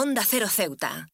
Onda Cero Ceuta,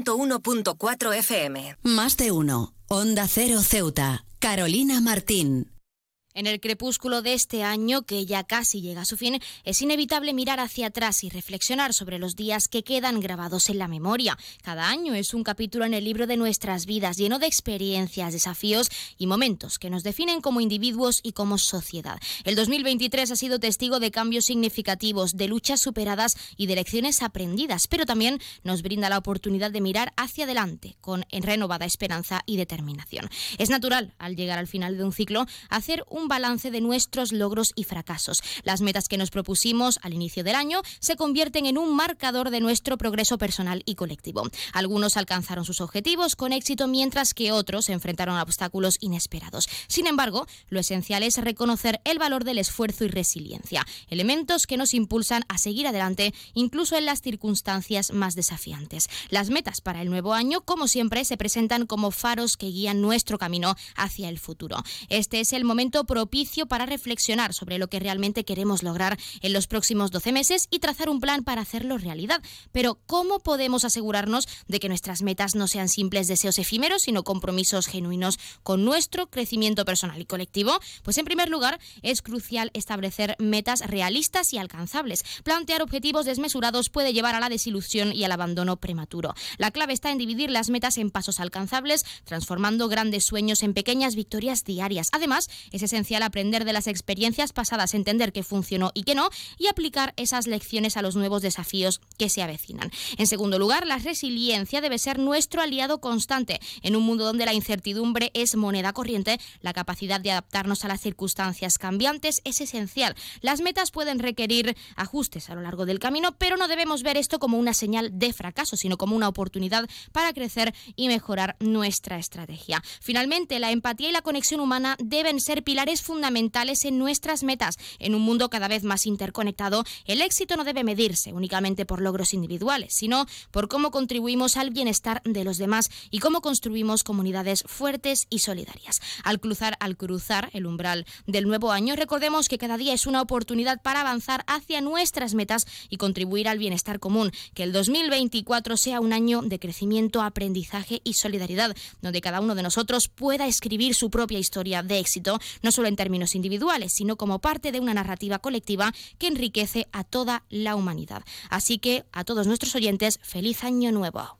101.4 FM. Más de uno. Onda Cero Ceuta. Carolina Martín. En el crepúsculo de este año, que ya casi llega a su fin, es inevitable mirar hacia atrás y reflexionar sobre los días que quedan grabados en la memoria. Cada año es un capítulo en el libro de nuestras vidas, lleno de experiencias, desafíos y momentos que nos definen como individuos y como sociedad. El 2023 ha sido testigo de cambios significativos, de luchas superadas y de lecciones aprendidas, pero también nos brinda la oportunidad de mirar hacia adelante con renovada esperanza y determinación. Es natural, al llegar al final de un ciclo, hacer un balance de nuestros logros y fracasos. Las metas que nos propusimos al inicio del año se convierten en un marcador de nuestro progreso personal y colectivo. Algunos alcanzaron sus objetivos con éxito, mientras que otros se enfrentaron a obstáculos inesperados. Sin embargo, lo esencial es reconocer el valor del esfuerzo y resiliencia, elementos que nos impulsan a seguir adelante incluso en las circunstancias más desafiantes. Las metas para el nuevo año, como siempre, se presentan como faros que guían nuestro camino hacia el futuro. Este es el momento propicio para reflexionar sobre lo que realmente queremos lograr en los próximos 12 meses y trazar un plan para hacerlo realidad. Pero, ¿cómo podemos asegurarnos de que nuestras metas no sean simples deseos efímeros, sino compromisos genuinos con nuestro crecimiento personal y colectivo? Pues, en primer lugar, es crucial establecer metas realistas y alcanzables. Plantear objetivos desmesurados puede llevar a la desilusión y al abandono prematuro. La clave está en dividir las metas en pasos alcanzables, transformando grandes sueños en pequeñas victorias diarias. Además, es esencial aprender de las experiencias pasadas, entender qué funcionó y qué no, y aplicar esas lecciones a los nuevos desafíos que se avecinan. En segundo lugar, la resiliencia debe ser nuestro aliado constante. En un mundo donde la incertidumbre es moneda corriente, la capacidad de adaptarnos a las circunstancias cambiantes es esencial. Las metas pueden requerir ajustes a lo largo del camino, pero no debemos ver esto como una señal de fracaso, sino como una oportunidad para crecer y mejorar nuestra estrategia. Finalmente, la empatía y la conexión humana deben ser pilares fundamentales en nuestras metas. En un mundo cada vez más interconectado, el éxito no debe medirse únicamente por logros individuales, sino por cómo contribuimos al bienestar de los demás y cómo construimos comunidades fuertes y solidarias. Al cruzar el umbral del nuevo año, recordemos que cada día es una oportunidad para avanzar hacia nuestras metas y contribuir al bienestar común. Que el 2024 sea un año de crecimiento, aprendizaje y solidaridad, donde cada uno de nosotros pueda escribir su propia historia de éxito, no solo en términos individuales, sino como parte de una narrativa colectiva que enriquece a toda la humanidad. Así que, a todos nuestros oyentes, ¡feliz Año Nuevo!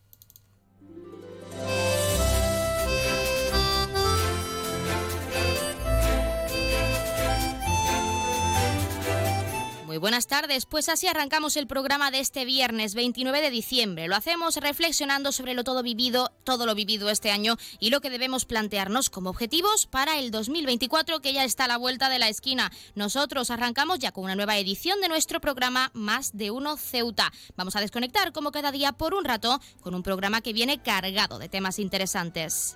Muy buenas tardes, pues así arrancamos el programa de este viernes 29 de diciembre. Lo hacemos reflexionando sobre todo lo vivido este año y lo que debemos plantearnos como objetivos para el 2024, que ya está a la vuelta de la esquina. Nosotros arrancamos ya con una nueva edición de nuestro programa Más de Uno Ceuta. Vamos a desconectar como cada día por un rato con un programa que viene cargado de temas interesantes.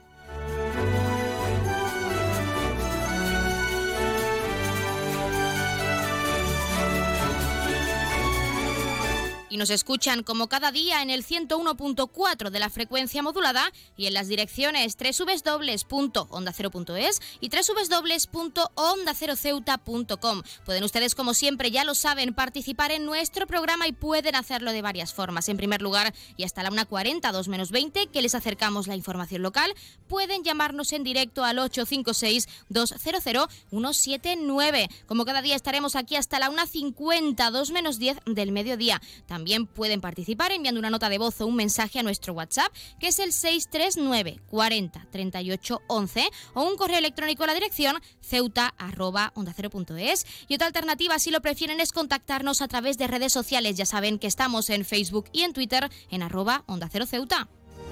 Y nos escuchan como cada día en el 101.4 de la frecuencia modulada y en las direcciones www.ondacero.es y www.ondaceroceuta.com. Pueden ustedes, como siempre, ya lo saben, participar en nuestro programa y pueden hacerlo de varias formas. En primer lugar, y hasta la 1:40, 2 menos 20, que les acercamos la información local, pueden llamarnos en directo al 856-200-179. Como cada día estaremos aquí hasta la 1:50, 2 menos 10 del mediodía. También pueden participar enviando una nota de voz o un mensaje a nuestro WhatsApp, que es el 639 40 38 11, o un correo electrónico a la dirección ceuta@ondacero.es. Y otra alternativa, si lo prefieren, es contactarnos a través de redes sociales. Ya saben que estamos en Facebook y en Twitter en @OndaCeroCeuta.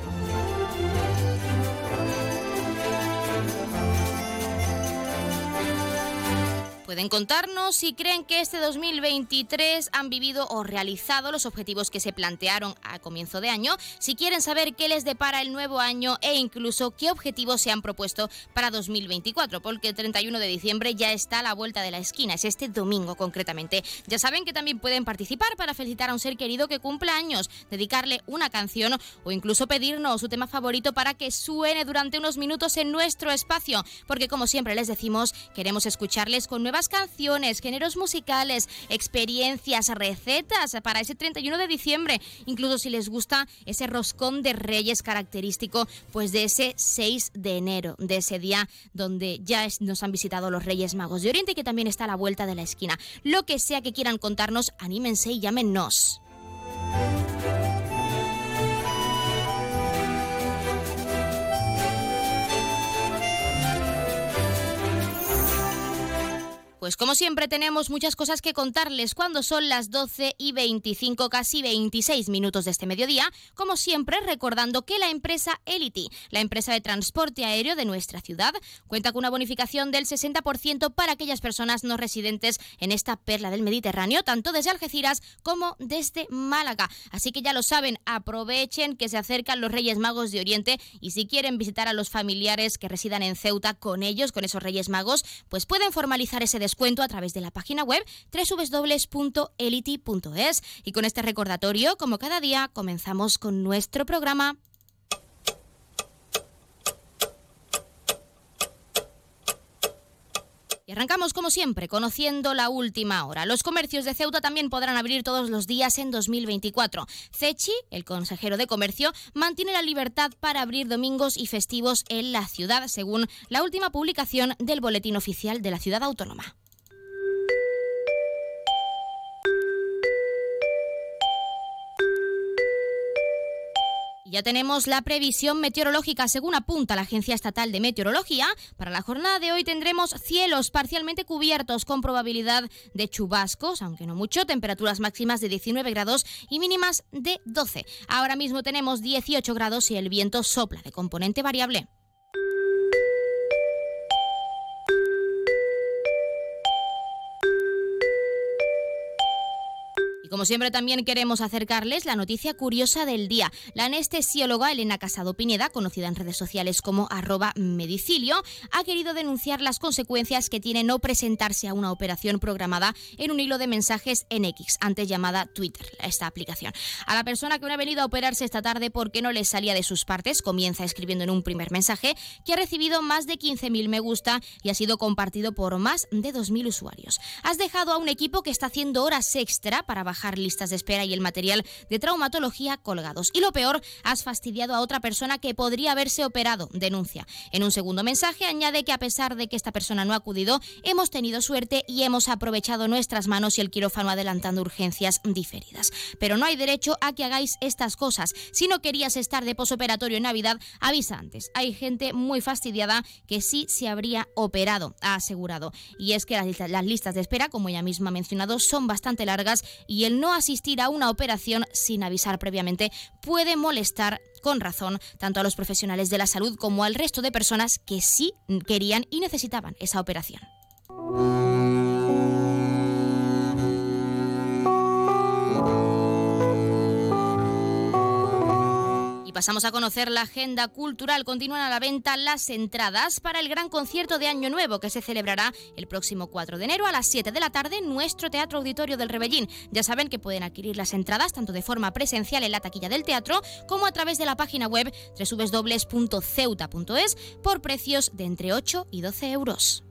Pueden contarnos si creen que este 2023 han vivido o realizado los objetivos que se plantearon a comienzo de año, si quieren saber qué les depara el nuevo año e incluso qué objetivos se han propuesto para 2024, porque el 31 de diciembre ya está a la vuelta de la esquina, es este domingo concretamente. Ya saben que también pueden participar para felicitar a un ser querido que cumpla años, dedicarle una canción o incluso pedirnos su tema favorito para que suene durante unos minutos en nuestro espacio, porque como siempre les decimos, queremos escucharles con nuevas nuevas canciones, géneros musicales, experiencias, recetas para ese 31 de diciembre, incluso si les gusta ese roscón de Reyes característico pues de ese 6 de enero, de ese día donde ya nos han visitado los Reyes Magos de Oriente, que también está a la vuelta de la esquina. Lo que sea que quieran contarnos, anímense y llámenos. Pues como siempre tenemos muchas cosas que contarles cuando son las 12:25, casi 26 minutos de este mediodía, como siempre recordando que la empresa Elity, la empresa de transporte aéreo de nuestra ciudad, cuenta con una bonificación del 60% para aquellas personas no residentes en esta perla del Mediterráneo, tanto desde Algeciras como desde Málaga. Así que ya lo saben, aprovechen que se acercan los Reyes Magos de Oriente y si quieren visitar a los familiares que residan en Ceuta con ellos, con esos Reyes Magos, pues pueden formalizar ese descuento a través de la página web www.elity.es. Y con este recordatorio, como cada día, comenzamos con nuestro programa. Y arrancamos como siempre, conociendo la última hora. Los comercios de Ceuta también podrán abrir todos los días en 2024. Cechi, el consejero de Comercio, mantiene la libertad para abrir domingos y festivos en la ciudad, según la última publicación del Boletín Oficial de la Ciudad Autónoma. Ya tenemos la previsión meteorológica. Según apunta la Agencia Estatal de Meteorología, para la jornada de hoy tendremos cielos parcialmente cubiertos con probabilidad de chubascos, aunque no mucho, temperaturas máximas de 19 grados y mínimas de 12. Ahora mismo tenemos 18 grados y el viento sopla de componente variable. Como siempre también queremos acercarles la noticia curiosa del día. La anestesióloga Elena Casado Pineda, conocida en redes sociales como @medicilio, ha querido denunciar las consecuencias que tiene no presentarse a una operación programada en un hilo de mensajes en X, antes llamada Twitter, esta aplicación. A la persona que no ha venido a operarse esta tarde porque no le salía de sus partes, comienza escribiendo en un primer mensaje que ha recibido más de 15.000 me gusta y ha sido compartido por más de 2.000 usuarios. Has dejado a un equipo que está haciendo horas extra para bajar listas de espera y el material de traumatología colgados. Y lo peor, has fastidiado a otra persona que podría haberse operado, denuncia. En un segundo mensaje añade que a pesar de que esta persona no ha acudido, hemos tenido suerte y hemos aprovechado nuestras manos y el quirófano adelantando urgencias diferidas. Pero no hay derecho a que hagáis estas cosas. Si no querías estar de posoperatorio en Navidad, avisa antes. Hay gente muy fastidiada que sí se habría operado, ha asegurado. Y es que las listas de espera, como ella misma ha mencionado, son bastante largas y el no asistir a una operación sin avisar previamente puede molestar con razón tanto a los profesionales de la salud como al resto de personas que sí querían y necesitaban esa operación. Pasamos a conocer la agenda cultural. Continúan a la venta las entradas para el gran concierto de Año Nuevo que se celebrará el próximo 4 de enero a las 7 de la tarde en nuestro Teatro Auditorio del Rebellín. Ya saben que pueden adquirir las entradas tanto de forma presencial en la taquilla del teatro como a través de la página web www.ceuta.es por precios de entre 8 y 12 euros.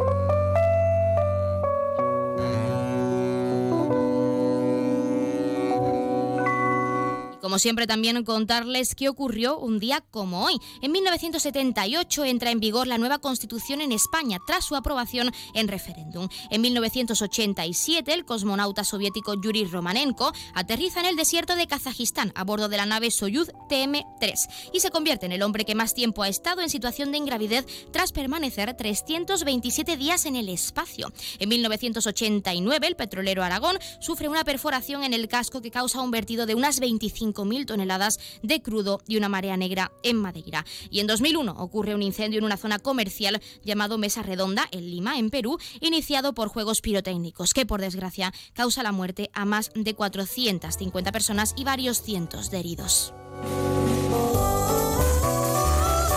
Como siempre, también contarles qué ocurrió un día como hoy. En 1978 entra en vigor la nueva Constitución en España tras su aprobación en referéndum. En 1987 el cosmonauta soviético Yuri Romanenko aterriza en el desierto de Kazajistán a bordo de la nave Soyuz TM-3 y se convierte en el hombre que más tiempo ha estado en situación de ingravidez tras permanecer 327 días en el espacio. En 1989 el petrolero Aragón sufre una perforación en el casco que causa un vertido de unas 25.000 toneladas de crudo y una marea negra en Madeira. Y en 2001 ocurre un incendio en una zona comercial llamado Mesa Redonda, en Lima, en Perú, iniciado por juegos pirotécnicos, que por desgracia causa la muerte a más de 450 personas y varios cientos de heridos.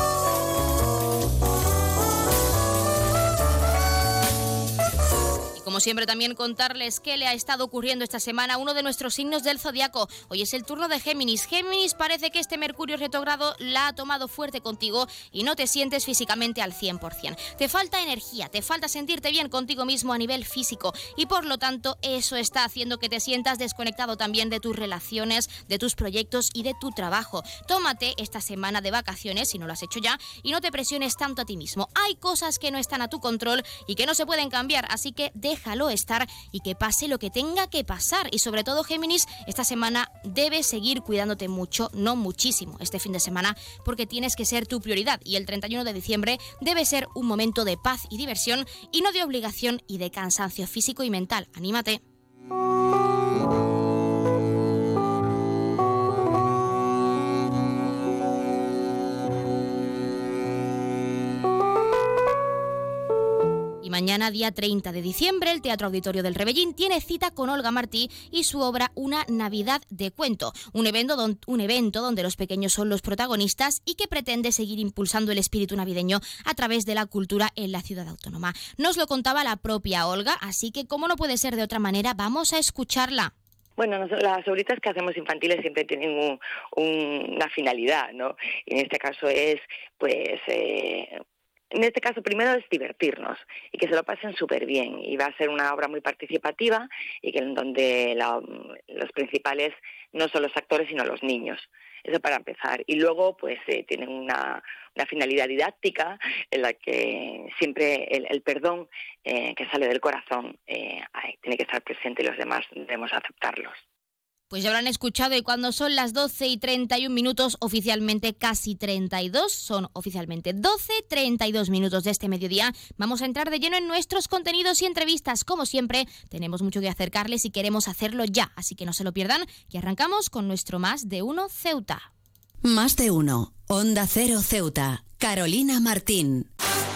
Como Como siempre, también contarles qué le ha estado ocurriendo esta semana a uno de nuestros signos del zodiaco. Hoy es el turno de Géminis. Géminis, parece que este Mercurio retrógrado la ha tomado fuerte contigo y no te sientes físicamente al 100%. Te falta energía, te falta sentirte bien contigo mismo a nivel físico y por lo tanto eso está haciendo que te sientas desconectado también de tus relaciones, de tus proyectos y de tu trabajo. Tómate esta semana de vacaciones, si no lo has hecho ya, y no te presiones tanto a ti mismo. Hay cosas que no están a tu control y que no se pueden cambiar, así que déjalo estar y que pase lo que tenga que pasar. Y sobre todo, Géminis, esta semana debes seguir cuidándote mucho, no muchísimo, este fin de semana, porque tienes que ser tu prioridad y el 31 de diciembre debe ser un momento de paz y diversión y no de obligación y de cansancio físico y mental. ¡Anímate! Mañana, día 30 de diciembre, el Teatro Auditorio del Rebellín tiene cita con Olga Martí y su obra Una Navidad de Cuento, un evento donde los pequeños son los protagonistas y que pretende seguir impulsando el espíritu navideño a través de la cultura en la ciudad autónoma. Nos lo contaba la propia Olga, así que como no puede ser de otra manera, vamos a escucharla. Bueno, las obritas que hacemos infantiles siempre tienen una finalidad, ¿no? Y en este caso es, en este caso, primero es divertirnos y que se lo pasen súper bien. Y va a ser una obra muy participativa y que en donde los principales no son los actores, sino los niños. Eso para empezar. Y luego, tienen una finalidad didáctica en la que siempre el perdón que sale del corazón tiene que estar presente y los demás debemos aceptarlos. Pues ya lo han escuchado y cuando son las 12:31, oficialmente casi 32, son oficialmente 12:32 de este mediodía, vamos a entrar de lleno en nuestros contenidos y entrevistas. Como siempre, tenemos mucho que acercarles y queremos hacerlo ya, así que no se lo pierdan, que arrancamos con nuestro Más de Uno Ceuta. Más de Uno, Onda Cero Ceuta, Carolina Martín.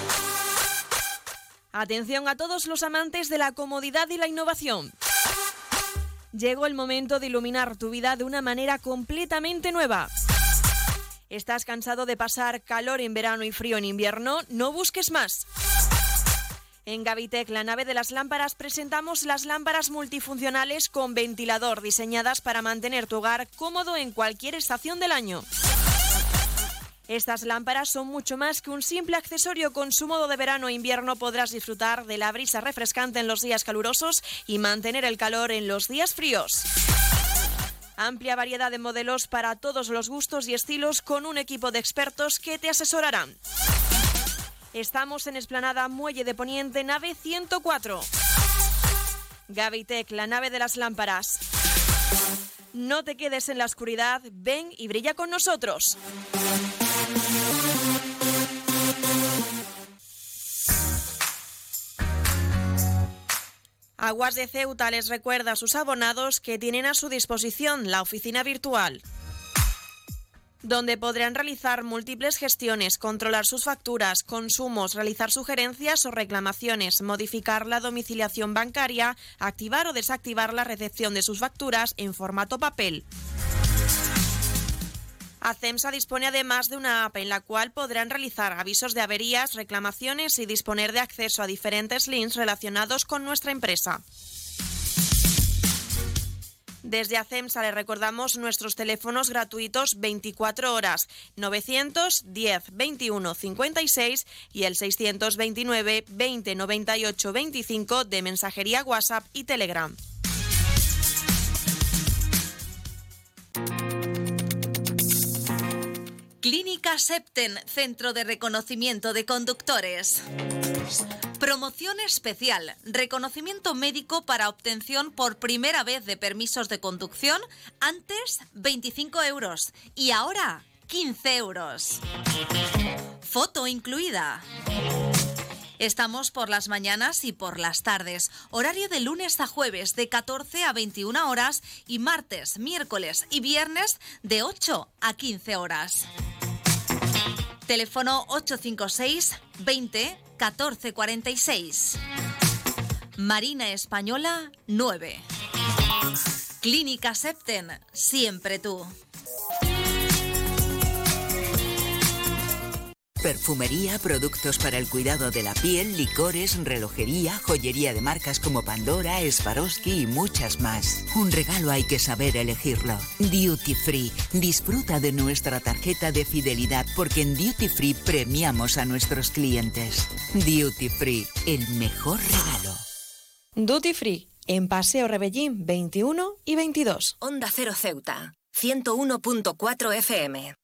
Atención a todos los amantes de la comodidad y la innovación. Llegó el momento de iluminar tu vida de una manera completamente nueva. ¿Estás cansado de pasar calor en verano y frío en invierno? No busques más. En Gavitec, la nave de las lámparas, presentamos las lámparas multifuncionales con ventilador diseñadas para mantener tu hogar cómodo en cualquier estación del año. Estas lámparas son mucho más que un simple accesorio. Con su modo de verano e invierno podrás disfrutar de la brisa refrescante en los días calurosos y mantener el calor en los días fríos. Amplia variedad de modelos para todos los gustos y estilos con un equipo de expertos que te asesorarán. Estamos en Explanada Muelle de Poniente, nave 104. Gavitec, la nave de las lámparas. No te quedes en la oscuridad, ven y brilla con nosotros. Aguas de Ceuta les recuerda a sus abonados que tienen a su disposición la oficina virtual, donde podrán realizar múltiples gestiones, controlar sus facturas, consumos, realizar sugerencias o reclamaciones, modificar la domiciliación bancaria, activar o desactivar la recepción de sus facturas en formato papel. Acemsa dispone además de una app en la cual podrán realizar avisos de averías, reclamaciones y disponer de acceso a diferentes links relacionados con nuestra empresa. Desde Acemsa le recordamos nuestros teléfonos gratuitos 24 horas, 910 21 56 y el 629 20 98 25 de mensajería WhatsApp y Telegram. Clínica Septen, Centro de Reconocimiento de Conductores. Promoción especial, reconocimiento médico para obtención por primera vez de permisos de conducción, antes 25 euros y ahora 15 euros. Foto incluida. Estamos por las mañanas y por las tardes, horario de lunes a jueves de 14 a 21 horas y martes, miércoles y viernes de 8 a 15 horas. Teléfono 856 20 14 46. Marina Española 9. Clínica Septen, siempre tú. perfumería, productos para el cuidado de la piel, licores, relojería, joyería de marcas como Pandora, Swarovski y muchas más. Un regalo hay que saber elegirlo. Duty Free. Disfruta de nuestra tarjeta de fidelidad porque en Duty Free premiamos a nuestros clientes. Duty Free, el mejor regalo. Duty Free, en Paseo Rebellín 21 y 22. Onda Cero Ceuta, 101.4 FM.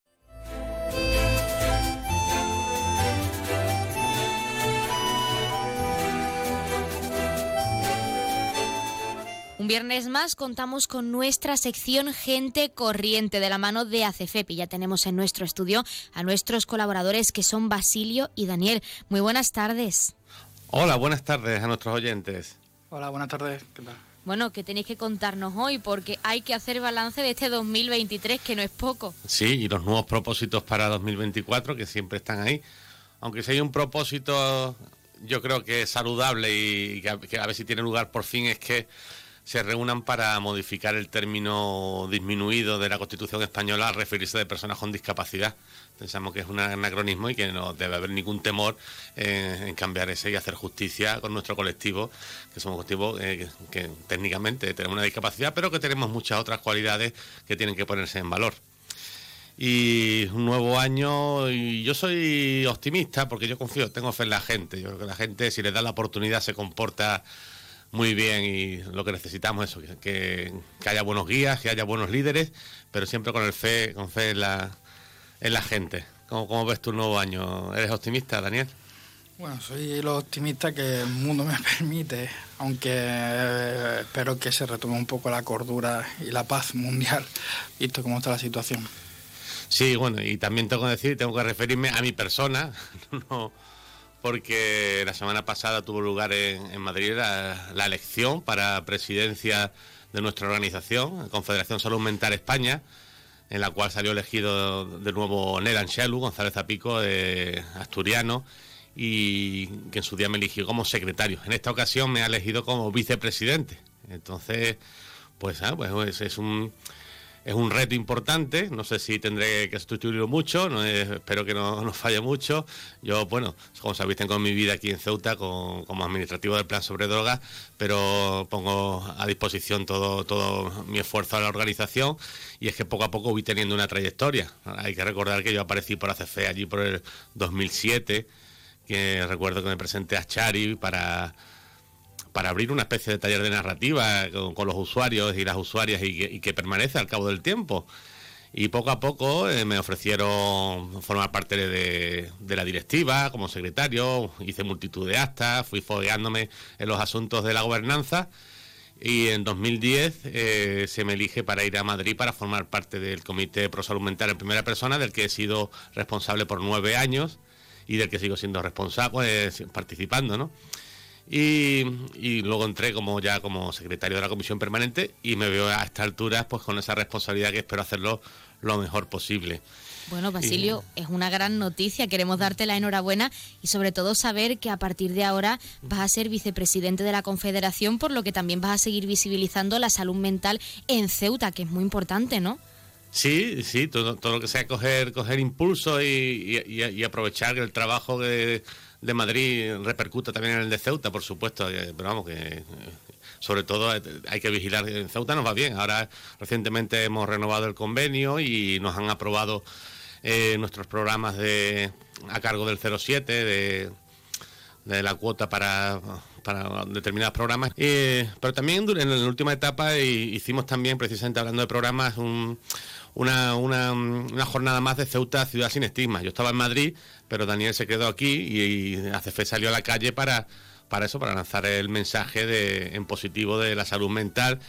Un viernes más contamos con nuestra sección Gente Corriente de la mano de ACFEP y ya tenemos en nuestro estudio a nuestros colaboradores que son Basilio y Daniel. Muy buenas tardes. Hola, buenas tardes a nuestros oyentes. Hola, buenas tardes. ¿Qué tal? Bueno, ¿qué tenéis que contarnos hoy? Porque hay que hacer balance de este 2023, que no es poco. Sí, y los nuevos propósitos para 2024, que siempre están ahí. Aunque si hay un propósito, yo creo que es saludable y que a ver si tiene lugar por fin, es que se reúnan para modificar el término disminuido de la Constitución española al referirse de personas con discapacidad. Pensamos que es un anacronismo y que no debe haber ningún temor en cambiar ese y hacer justicia con nuestro colectivo, que somos un colectivo que técnicamente tenemos una discapacidad, pero que tenemos muchas otras cualidades que tienen que ponerse en valor. Y un nuevo año, y yo soy optimista porque yo confío, tengo fe en la gente. Yo creo que la gente, si le da la oportunidad, se comporta muy bien, y lo que necesitamos es eso, que haya buenos guías, que haya buenos líderes, pero siempre con fe en la gente. ¿Cómo ves tu nuevo año? ¿Eres optimista, Daniel? Bueno, soy lo optimista que el mundo me permite, aunque espero que se retome un poco la cordura y la paz mundial, visto cómo está la situación. Sí, bueno, y también tengo que referirme a mi persona, no, porque la semana pasada tuvo lugar en Madrid la elección para presidencia de nuestra organización, Confederación Salud Mental España, en la cual salió elegido de nuevo Nel Anxelu, González Zapico, asturiano, y que en su día me eligió como secretario. En esta ocasión me ha elegido como vicepresidente. Entonces, pues es un reto importante. No sé si tendré que sustituirlo mucho, espero que no nos falle mucho. Yo, bueno, como sabéis, tengo mi vida aquí en Ceuta como administrativo del Plan sobre Drogas, pero pongo a disposición todo mi esfuerzo a la organización, y es que poco a poco voy teniendo una trayectoria. Hay que recordar que yo aparecí por ACFE allí por el 2007, que recuerdo que me presenté a Chari para abrir una especie de taller de narrativa con los usuarios y las usuarias, y que permanece al cabo del tiempo. Y poco a poco me ofrecieron formar parte de la directiva como secretario, hice multitud de actas, fui fogueándome en los asuntos de la gobernanza, y en 2010 se me elige para ir a Madrid para formar parte del Comité Pro Salud Mental en primera persona, del que he sido responsable por 9 años y del que sigo siendo responsable, participando, ¿no? Y luego entré como secretario de la comisión permanente, y me veo a estas alturas pues con esa responsabilidad que espero hacerlo lo mejor posible. Bueno, Basilio, es una gran noticia, queremos darte la enhorabuena y sobre todo saber que a partir de ahora vas a ser vicepresidente de la Confederación, por lo que también vas a seguir visibilizando la salud mental en Ceuta, que es muy importante, ¿no? Sí, todo lo que sea coger impulso y aprovechar que el trabajo de Madrid repercuta también en el de Ceuta, por supuesto, pero vamos, que sobre todo hay que vigilar. En Ceuta nos va bien. Ahora recientemente hemos renovado el convenio y nos han aprobado nuestros programas a cargo del 07 de la cuota para determinados programas, pero también en la última etapa hicimos también, precisamente hablando de programas, una jornada más de Ceuta Ciudad Sin Estigma. Yo estaba en Madrid, pero Daniel se quedó aquí y ACFE salió a la calle para lanzar el mensaje en positivo de la salud mental.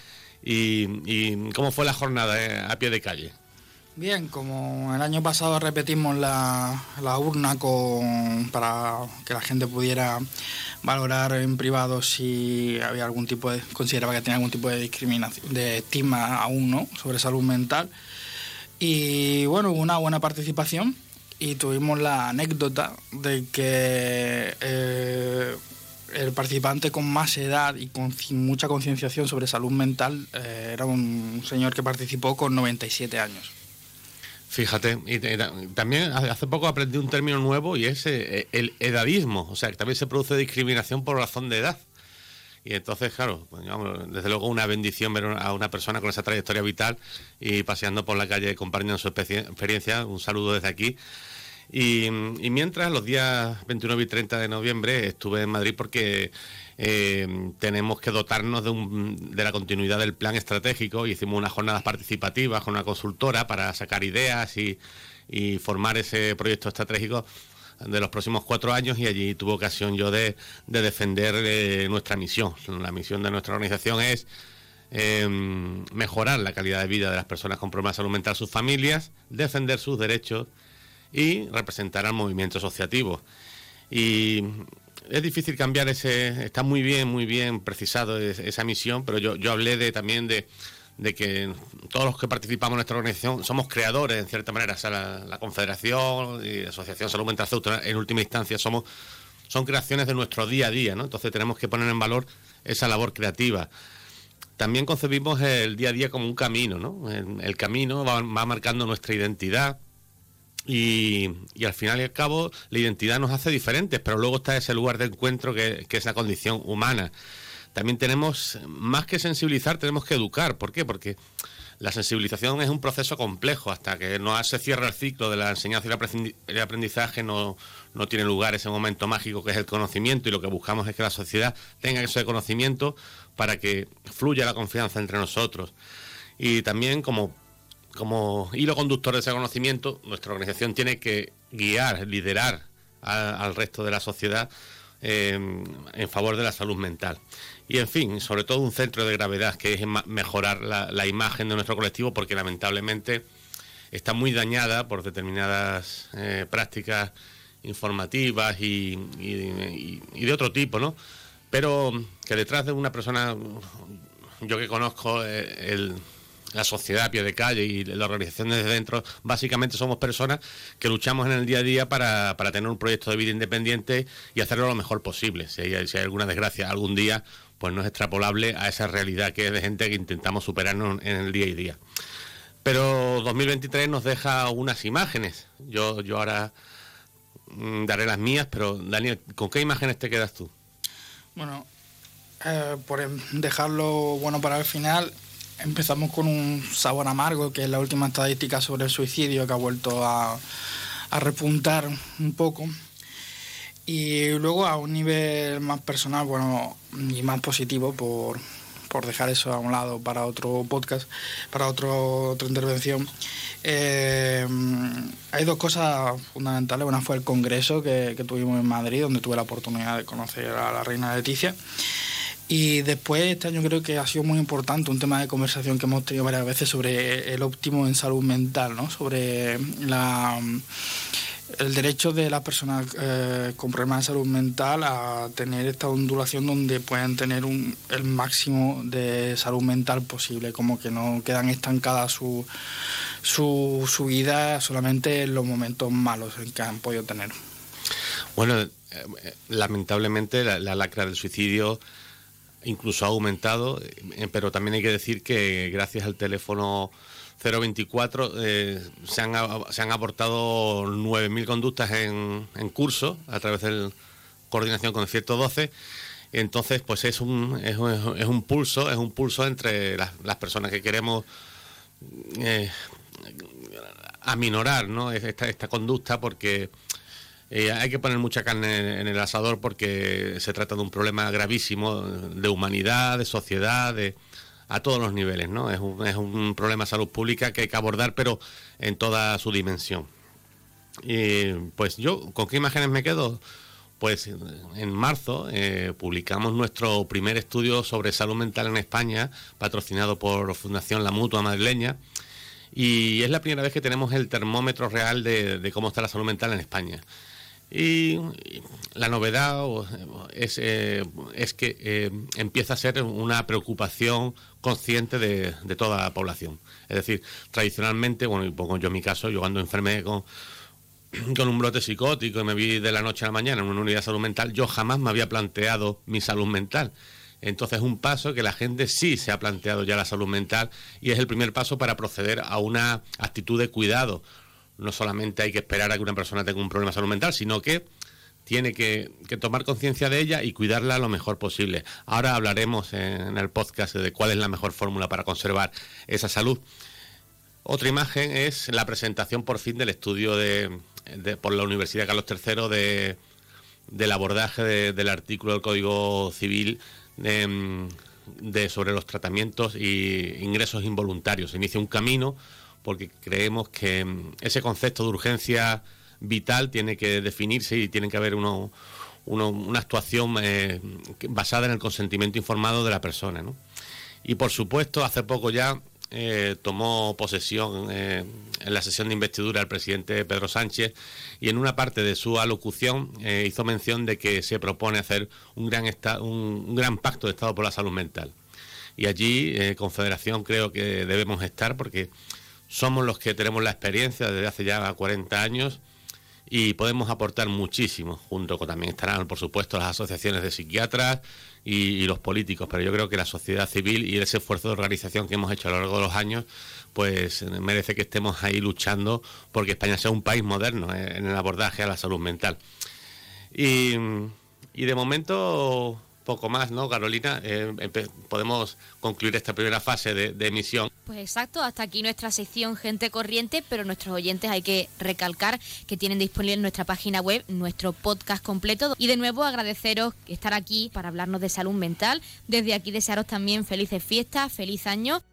¿Y cómo fue la jornada a pie de calle? Bien, como el año pasado repetimos la urna para que la gente pudiera valorar en privado si había consideraba que tenía algún tipo de discriminación, de estigma aún, ¿no?, sobre salud mental. Y bueno, hubo una buena participación y tuvimos la anécdota de que el participante con más edad y con mucha concienciación sobre salud mental era un señor que participó con 97 años. Fíjate, y también hace poco aprendí un término nuevo y es el edadismo, o sea, que también se produce discriminación por razón de edad. Y entonces, claro, pues, digamos, desde luego una bendición ver a una persona con esa trayectoria vital y paseando por la calle compartiendo su experiencia. Un saludo desde aquí. Y mientras, los días 29 y 30 de noviembre estuve en Madrid porque tenemos que dotarnos de la continuidad del plan estratégico y hicimos unas jornadas participativas con una consultora para sacar ideas y formar ese proyecto estratégico de los próximos 4 años, y allí tuve ocasión yo de defender nuestra misión. La misión de nuestra organización es mejorar la calidad de vida de las personas con problemas de salud mental, sus familias, defender sus derechos y representar al movimiento asociativo. Y es difícil cambiar está muy bien precisado esa misión, pero yo hablé también de que todos los que participamos en nuestra organización somos creadores, en cierta manera. O sea, la Confederación y la Asociación Salud Mental Ceuta, en última instancia, son creaciones de nuestro día a día, ¿no? Entonces tenemos que poner en valor esa labor creativa. También concebimos el día a día como un camino, ¿no? El camino va marcando nuestra identidad. Y al final y al cabo la identidad nos hace diferentes, pero luego está ese lugar de encuentro que es la condición humana. También tenemos, más que sensibilizar, tenemos que educar. ¿Por qué? Porque la sensibilización es un proceso complejo. Hasta que no se cierra el ciclo de la enseñanza y el aprendizaje, no tiene lugar ese momento mágico que es el conocimiento, y lo que buscamos es que la sociedad tenga ese conocimiento para que fluya la confianza entre nosotros. Y también como hilo conductor de ese conocimiento, nuestra organización tiene que guiar, liderar al resto de la sociedad en favor de la salud mental. Y en fin, sobre todo un centro de gravedad, que es mejorar la imagen de nuestro colectivo, porque lamentablemente está muy dañada por determinadas prácticas informativas y de otro tipo, ¿no? Pero que detrás de una persona, yo que conozco la sociedad a pie de calle y la organización desde dentro, básicamente somos personas que luchamos en el día a día para tener un proyecto de vida independiente y hacerlo lo mejor posible. Si hay alguna desgracia algún día, pues no es extrapolable a esa realidad que es de gente que intentamos superarnos en el día a día. Pero 2023 nos deja unas imágenes. Yo ahora daré las mías, pero Daniel, ¿con qué imágenes te quedas tú? Bueno, por dejarlo bueno para el final, empezamos con un sabor amargo, que es la última estadística sobre el suicidio, que ha vuelto a repuntar un poco. Y luego, a un nivel más personal, bueno, y más positivo, por dejar eso a un lado para otro podcast, para otra intervención, hay 2 cosas fundamentales. Una fue el congreso que tuvimos en Madrid, donde tuve la oportunidad de conocer a la reina Leticia. Y después, este año creo que ha sido muy importante un tema de conversación que hemos tenido varias veces sobre el óptimo en salud mental, ¿no? Sobre el derecho de las personas con problemas de salud mental a tener esta ondulación donde puedan tener el máximo de salud mental posible, como que no quedan estancadas su vida solamente en los momentos malos en que han podido tener. Bueno, lamentablemente la lacra del suicidio incluso ha aumentado, pero también hay que decir que gracias al teléfono 024 se han abortado 9.000 conductas en curso a través de coordinación con el 112. Entonces, pues es un pulso entre las personas que queremos aminorar, ¿no? esta conducta, porque hay que poner mucha carne en el asador, porque se trata de un problema gravísimo de humanidad, de sociedad, a todos los niveles, ¿no? Es un problema de salud pública que hay que abordar, pero en toda su dimensión. Y pues yo, ¿con qué imágenes me quedo? Pues en marzo publicamos nuestro primer estudio sobre salud mental en España, patrocinado por Fundación La Mutua Madrileña, y es la primera vez que tenemos el termómetro real de cómo está la salud mental en España. Y la novedad es que empieza a ser una preocupación consciente de toda la población. Es decir, tradicionalmente, bueno, y pongo yo en mi caso, yo cuando enfermé con un brote psicótico y me vi de la noche a la mañana en una unidad de salud mental, yo jamás me había planteado mi salud mental. Entonces es un paso que la gente sí se ha planteado ya la salud mental, y es el primer paso para proceder a una actitud de cuidado. no solamente hay que esperar a que una persona tenga un problema de salud mental, sino que tiene que tomar conciencia de ella y cuidarla lo mejor posible. Ahora hablaremos en el podcast de cuál es la mejor fórmula para conservar esa salud. Otra imagen es la presentación por fin del estudio por la Universidad Carlos III del abordaje del artículo del Código Civil sobre los tratamientos y ingresos involuntarios. Se inicia un camino porque creemos que ese concepto de urgencia vital tiene que definirse y tiene que haber una actuación basada en el consentimiento informado de la persona, ¿no? Y por supuesto, hace poco ya tomó posesión en la sesión de investidura el presidente Pedro Sánchez, y en una parte de su alocución hizo mención de que se propone hacer un gran pacto de Estado por la salud mental. Y allí, Confederación, creo que debemos estar, porque somos los que tenemos la experiencia desde hace ya 40 años y podemos aportar muchísimo, junto con también estarán, por supuesto, las asociaciones de psiquiatras y los políticos, pero yo creo que la sociedad civil y ese esfuerzo de organización que hemos hecho a lo largo de los años, pues merece que estemos ahí luchando porque España sea un país moderno en el abordaje a la salud mental. Y de momento poco más, ¿no, Carolina? Podemos concluir esta primera fase de emisión. Pues exacto, hasta aquí nuestra sección Gente Corriente, pero nuestros oyentes hay que recalcar que tienen disponible en nuestra página web nuestro podcast completo. Y de nuevo agradeceros estar aquí para hablarnos de salud mental. Desde aquí desearos también felices fiestas, feliz año.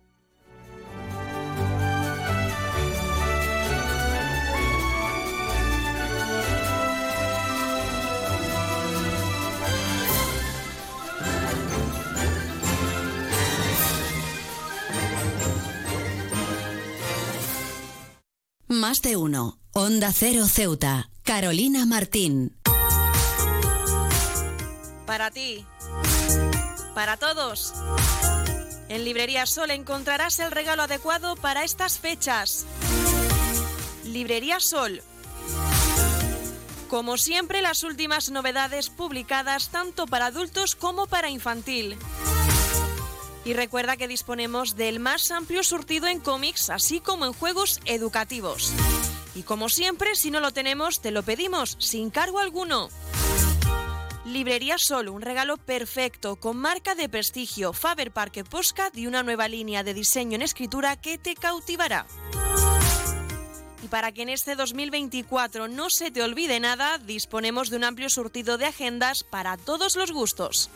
Más de uno. Onda Cero Ceuta. Carolina Martín. Para ti. Para todos. En Librería Sol encontrarás el regalo adecuado para estas fechas. Librería Sol. Como siempre, las últimas novedades publicadas tanto para adultos como para infantil. Y recuerda que disponemos del más amplio surtido en cómics, así como en juegos educativos. Y como siempre, si no lo tenemos, te lo pedimos, sin cargo alguno. Librería Sol, un regalo perfecto, con marca de prestigio, Faber-Parque Postcard y una nueva línea de diseño en escritura que te cautivará. Y para que en este 2024 no se te olvide nada, disponemos de un amplio surtido de agendas para todos los gustos.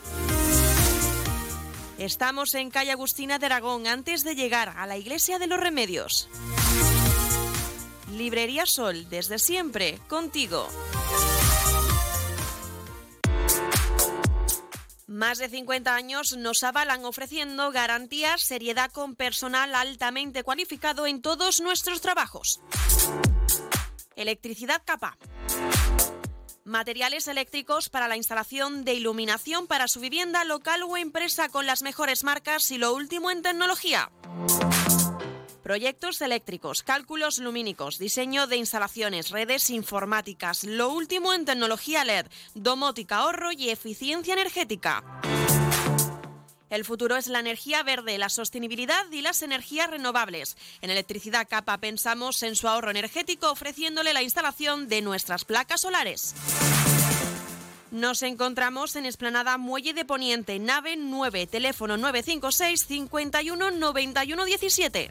Estamos en calle Agustina de Aragón, antes de llegar a la Iglesia de los Remedios. Librería Sol, desde siempre, contigo. Más de 50 años nos avalan ofreciendo garantías, seriedad con personal altamente cualificado en todos nuestros trabajos. Electricidad Capa. Materiales eléctricos para la instalación de iluminación para su vivienda, local o empresa con las mejores marcas y lo último en tecnología. Proyectos eléctricos, cálculos lumínicos, diseño de instalaciones, redes informáticas, lo último en tecnología LED, domótica, ahorro y eficiencia energética. El futuro es la energía verde, la sostenibilidad y las energías renovables. En Electricidad Capa pensamos en su ahorro energético ofreciéndole la instalación de nuestras placas solares. Nos encontramos en Explanada Muelle de Poniente, nave 9, teléfono 956 51 91 17.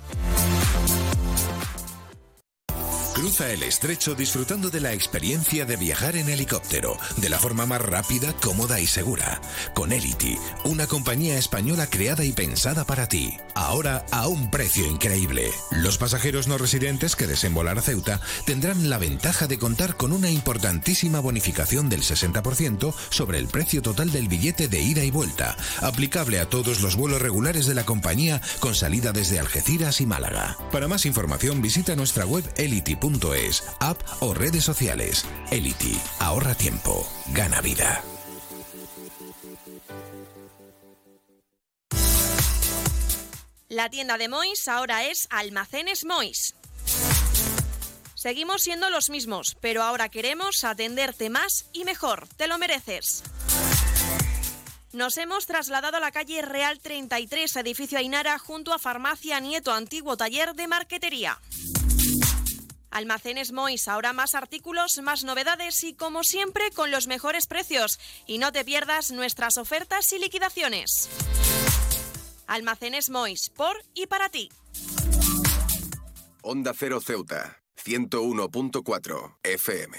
Cruza el estrecho disfrutando de la experiencia de viajar en helicóptero, de la forma más rápida, cómoda y segura. Con Elity, una compañía española creada y pensada para ti. Ahora a un precio increíble. Los pasajeros no residentes que deseen volar a Ceuta tendrán la ventaja de contar con una importantísima bonificación del 60% sobre el precio total del billete de ida y vuelta, aplicable a todos los vuelos regulares de la compañía con salida desde Algeciras y Málaga. Para más información visita nuestra web elity.es, app o redes sociales. Elity, ahorra tiempo, gana vida. La tienda de Mois ahora es Almacenes Mois. Seguimos siendo los mismos, pero ahora queremos atenderte más y mejor. Te lo mereces. Nos hemos trasladado a la calle Real 33, edificio Ainara, junto a Farmacia Nieto, antiguo taller de marquetería. Almacenes Mois, ahora más artículos, más novedades y como siempre con los mejores precios. Y no te pierdas nuestras ofertas y liquidaciones. Almacenes Mois, por y para ti. Onda Cero Ceuta, 101.4 FM.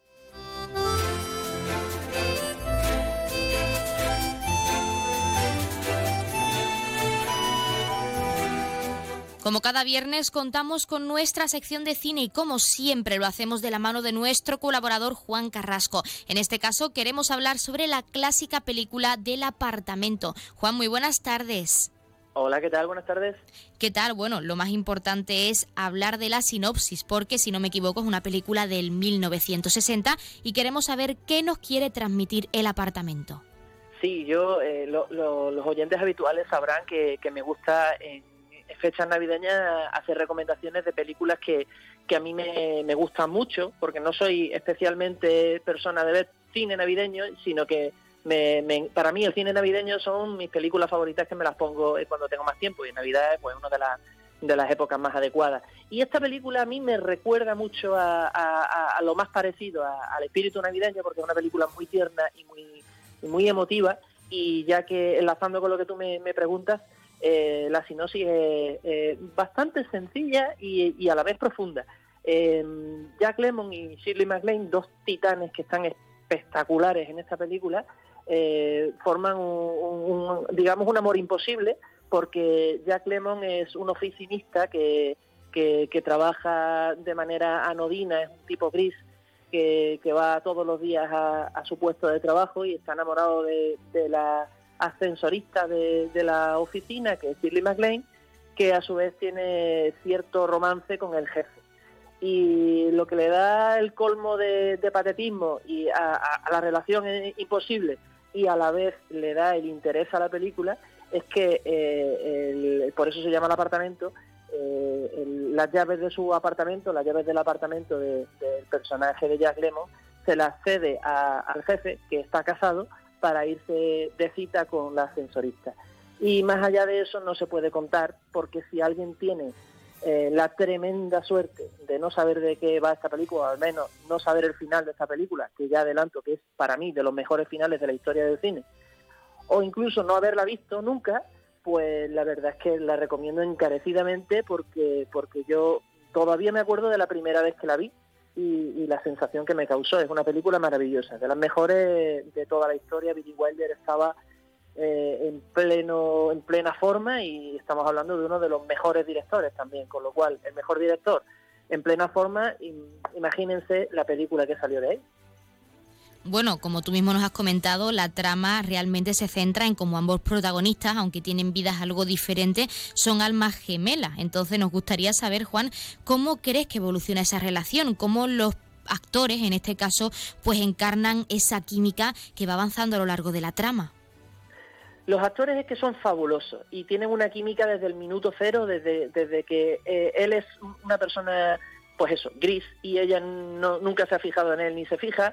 Como cada viernes contamos con nuestra sección de cine y como siempre lo hacemos de la mano de nuestro colaborador Juan Carrasco. En este caso queremos hablar sobre la clásica película del apartamento. Juan, muy buenas tardes. Hola, ¿qué tal? Buenas tardes. ¿Qué tal? Bueno, lo más importante es hablar de la sinopsis porque, si no me equivoco, es una película del 1960 y queremos saber qué nos quiere transmitir El apartamento. Sí, yo, los oyentes habituales sabrán que me gusta en fechas navideñas hacer recomendaciones de películas que a mí me gustan mucho, porque no soy especialmente persona de ver cine navideño, sino que para mí el cine navideño son mis películas favoritas, que me las pongo cuando tengo más tiempo, y en Navidad es pues una de las épocas más adecuadas. Y esta película a mí me recuerda mucho a lo más parecido al espíritu navideño, porque es una película muy tierna y muy emotiva, y ya que enlazando con lo que tú me preguntas, la sinopsis es bastante sencilla y a la vez profunda. Jack Lemmon y Shirley MacLaine, dos titanes que están espectaculares en esta película, forman digamos un amor imposible, porque Jack Lemmon es un oficinista que trabaja de manera anodina, es un tipo gris que va todos los días a su puesto de trabajo y está enamorado de la ascensorista de la oficina, que es Shirley MacLaine, que a su vez tiene cierto romance con el jefe. Y lo que le da el colmo de patetismo y a la relación imposible, y a la vez le da el interés a la película, es que por eso se llama El apartamento. Las llaves de su apartamento, las llaves del apartamento del personaje de Jack Lemmon, se las cede al jefe, que está casado, para irse de cita con la ascensorista. Y más allá de eso no se puede contar, porque si alguien tiene la tremenda suerte de no saber de qué va esta película, o al menos no saber el final de esta película, que ya adelanto que es para mí de los mejores finales de la historia del cine, o incluso no haberla visto nunca, pues la verdad es que la recomiendo encarecidamente, porque yo todavía me acuerdo de la primera vez que la vi y la sensación que me causó. Es una película maravillosa, de las mejores de toda la historia. Billy Wilder estaba en plena forma, y estamos hablando de uno de los mejores directores también, con lo cual el mejor director en plena forma, imagínense la película que salió de ahí. Bueno, como tú mismo nos has comentado, la trama realmente se centra en cómo ambos protagonistas, aunque tienen vidas algo diferentes, son almas gemelas. Entonces nos gustaría saber, Juan, ¿cómo crees que evoluciona esa relación? ¿Cómo los actores, en este caso, pues encarnan esa química que va avanzando a lo largo de la trama? Los actores es que son fabulosos y tienen una química desde el minuto cero, desde que él es una persona, pues eso, gris, y ella nunca se ha fijado en él ni se fija,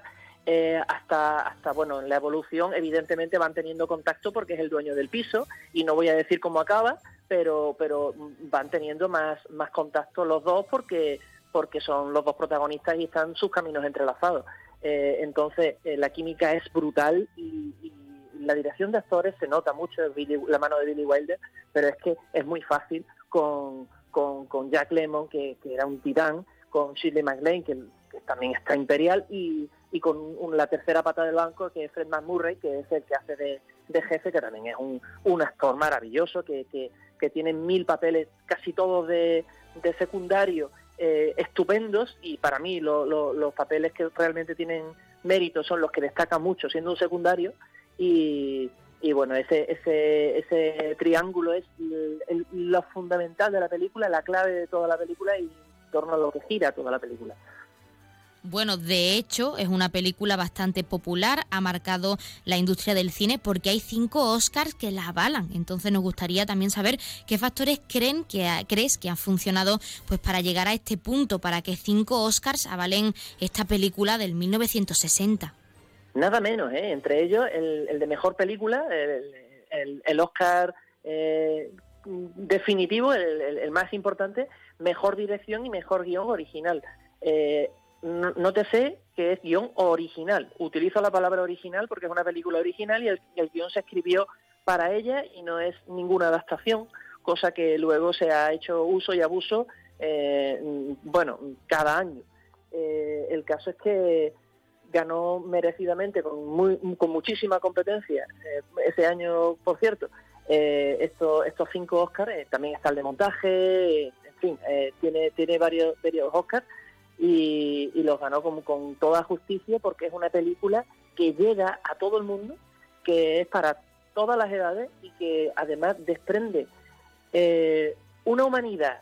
hasta bueno, en la evolución evidentemente van teniendo contacto porque es el dueño del piso, y no voy a decir cómo acaba, pero van teniendo más contacto los dos porque son los dos protagonistas y están sus caminos entrelazados. Entonces la química es brutal y la dirección de actores se nota mucho, la mano de Billy Wilder, pero es que es muy fácil con Jack Lemmon, que era un titán, con Shirley MacLaine, que también está imperial, y con la tercera pata del banco, que es Fred MacMurray, que es el que hace de jefe, que también es un actor maravilloso, que tiene 1000 papeles, casi todos de secundario, estupendos, y para mí los papeles que realmente tienen mérito son los que destacan mucho siendo un secundario, y bueno, ese triángulo es lo fundamental de la película, la clave de toda la película y en torno a lo que gira toda la película. Bueno, de hecho, es una película bastante popular, ha marcado la industria del cine porque hay 5 Oscars que la avalan. Entonces nos gustaría también saber qué factores crees que han funcionado pues para llegar a este punto, para que 5 Oscars avalen esta película del 1960. Nada menos, entre ellos el de mejor película, el Oscar definitivo, el más importante, mejor dirección y mejor guión original. Nótese que es guión original. Utilizo la palabra original porque es una película original y el guión se escribió para ella y no es ninguna adaptación, cosa que luego se ha hecho uso y abuso, cada año. El caso es que ganó merecidamente con muchísima competencia ese año, por cierto, estos 5 Oscars. También está el de montaje, en fin, tiene varios Oscars y los ganó con toda justicia, porque es una película que llega a todo el mundo, que es para todas las edades y que además desprende una humanidad,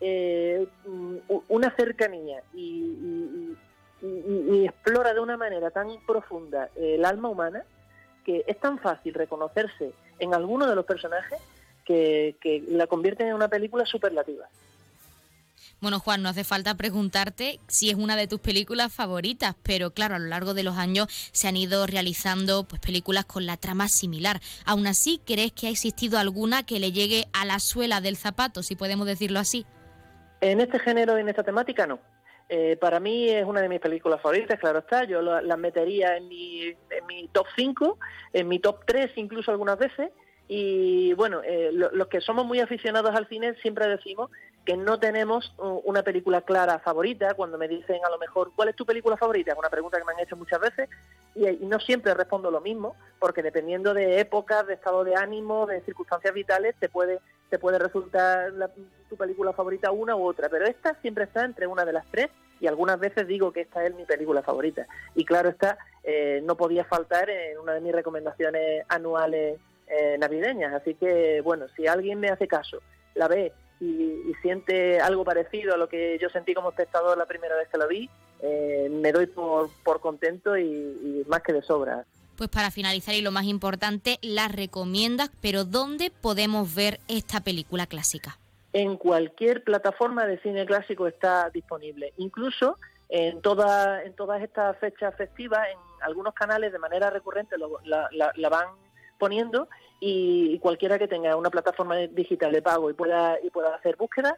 una cercanía y explora de una manera tan profunda el alma humana, que es tan fácil reconocerse en alguno de los personajes que la convierten en una película superlativa. Bueno, Juan, no hace falta preguntarte si es una de tus películas favoritas, pero claro, a lo largo de los años se han ido realizando pues películas con la trama similar. Aún así, ¿crees que ha existido alguna que le llegue a la suela del zapato, si podemos decirlo así? En este género, en esta temática, no. Para mí es una de mis películas favoritas, claro está. Yo las metería en mi top 5, en mi top 3 incluso algunas veces. Y bueno, los que somos muy aficionados al cine siempre decimos que no tenemos una película clara favorita. Cuando me dicen a lo mejor, ¿cuál es tu película favorita? Es una pregunta que me han hecho muchas veces y no siempre respondo lo mismo, porque dependiendo de épocas, de estado de ánimo, de circunstancias vitales, te puede resultar tu película favorita una u otra, pero esta siempre está entre una de las 3 y algunas veces digo que esta es mi película favorita. Y claro, esta no podía faltar en una de mis recomendaciones anuales navideñas. Así que, bueno, si alguien me hace caso, la ve y siente algo parecido a lo que yo sentí como espectador la primera vez que la vi, me doy por contento y más que de sobra. Pues para finalizar y lo más importante, la recomiendas, pero ¿dónde podemos ver esta película clásica? En cualquier plataforma de cine clásico está disponible, incluso en todas estas fechas festivas, en algunos canales de manera recurrente la van poniendo, y cualquiera que tenga una plataforma digital de pago y pueda hacer búsqueda,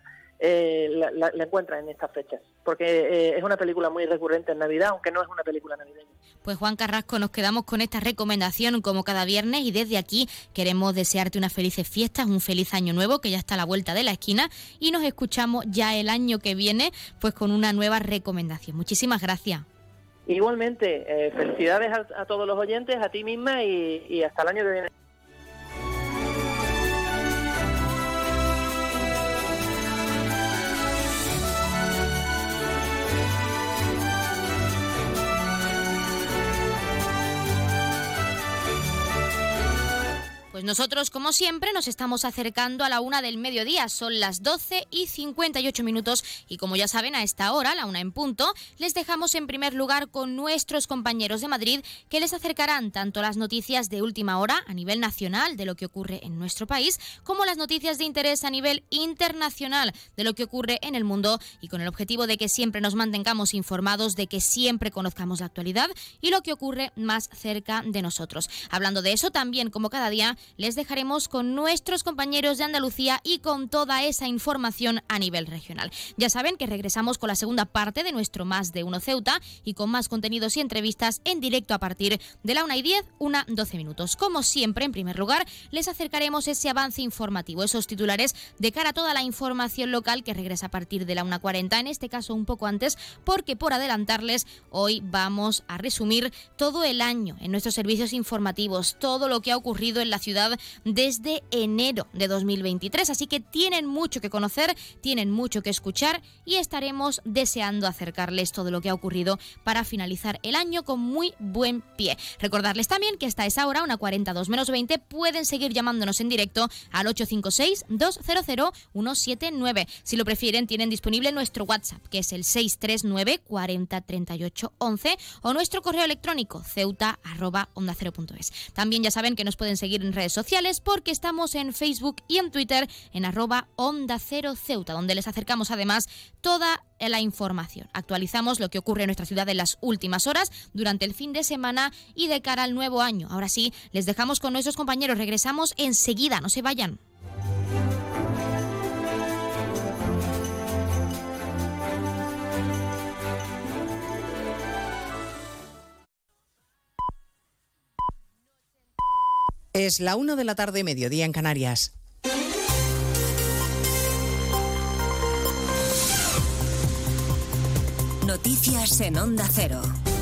la encuentra en estas fechas, porque es una película muy recurrente en Navidad, aunque no es una película navideña. Pues Juan Carrasco, nos quedamos con esta recomendación como cada viernes, y desde aquí queremos desearte unas felices fiestas, un feliz año nuevo que ya está a la vuelta de la esquina, y nos escuchamos ya el año que viene pues con una nueva recomendación. Muchísimas gracias. Igualmente, felicidades a todos los oyentes, a ti misma y hasta el año que viene. Pues nosotros, como siempre, nos estamos acercando a la 1 del mediodía. Son las 12:58 y como ya saben, a esta hora, la 1 en punto, les dejamos en primer lugar con nuestros compañeros de Madrid, que les acercarán tanto las noticias de última hora a nivel nacional de lo que ocurre en nuestro país, como las noticias de interés a nivel internacional de lo que ocurre en el mundo, y con el objetivo de que siempre nos mantengamos informados, de que siempre conozcamos la actualidad y lo que ocurre más cerca de nosotros. Hablando de eso, también como cada día, les dejaremos con nuestros compañeros de Andalucía y con toda esa información a nivel regional. Ya saben que regresamos con la segunda parte de nuestro Más de Uno Ceuta y con más contenidos y entrevistas en directo a partir de la 1:10, 1:12 minutos. Como siempre, en primer lugar, les acercaremos ese avance informativo, esos titulares de cara a toda la información local que regresa a partir de la 1:40, en este caso un poco antes, porque por adelantarles, hoy vamos a resumir todo el año en nuestros servicios informativos, todo lo que ha ocurrido en la ciudad desde enero de 2023, así que tienen mucho que conocer, tienen mucho que escuchar y estaremos deseando acercarles todo lo que ha ocurrido para finalizar el año con muy buen pie. Recordarles también que hasta esa hora, 1:40, 2:20, pueden seguir llamándonos en directo al 856-200-179. Si lo prefieren, tienen disponible nuestro WhatsApp, que es el 639 40 38 11, o nuestro correo electrónico ceuta@ondacero.es. También ya saben que nos pueden seguir en redes sociales, porque estamos en Facebook y en Twitter en @OndaCeroCeuta, donde les acercamos además toda la información. Actualizamos lo que ocurre en nuestra ciudad en las últimas horas, durante el fin de semana y de cara al nuevo año. Ahora sí, les dejamos con nuestros compañeros. Regresamos enseguida, no se vayan. Es la 1:00 p.m, mediodía en Canarias. Noticias en Onda Cero.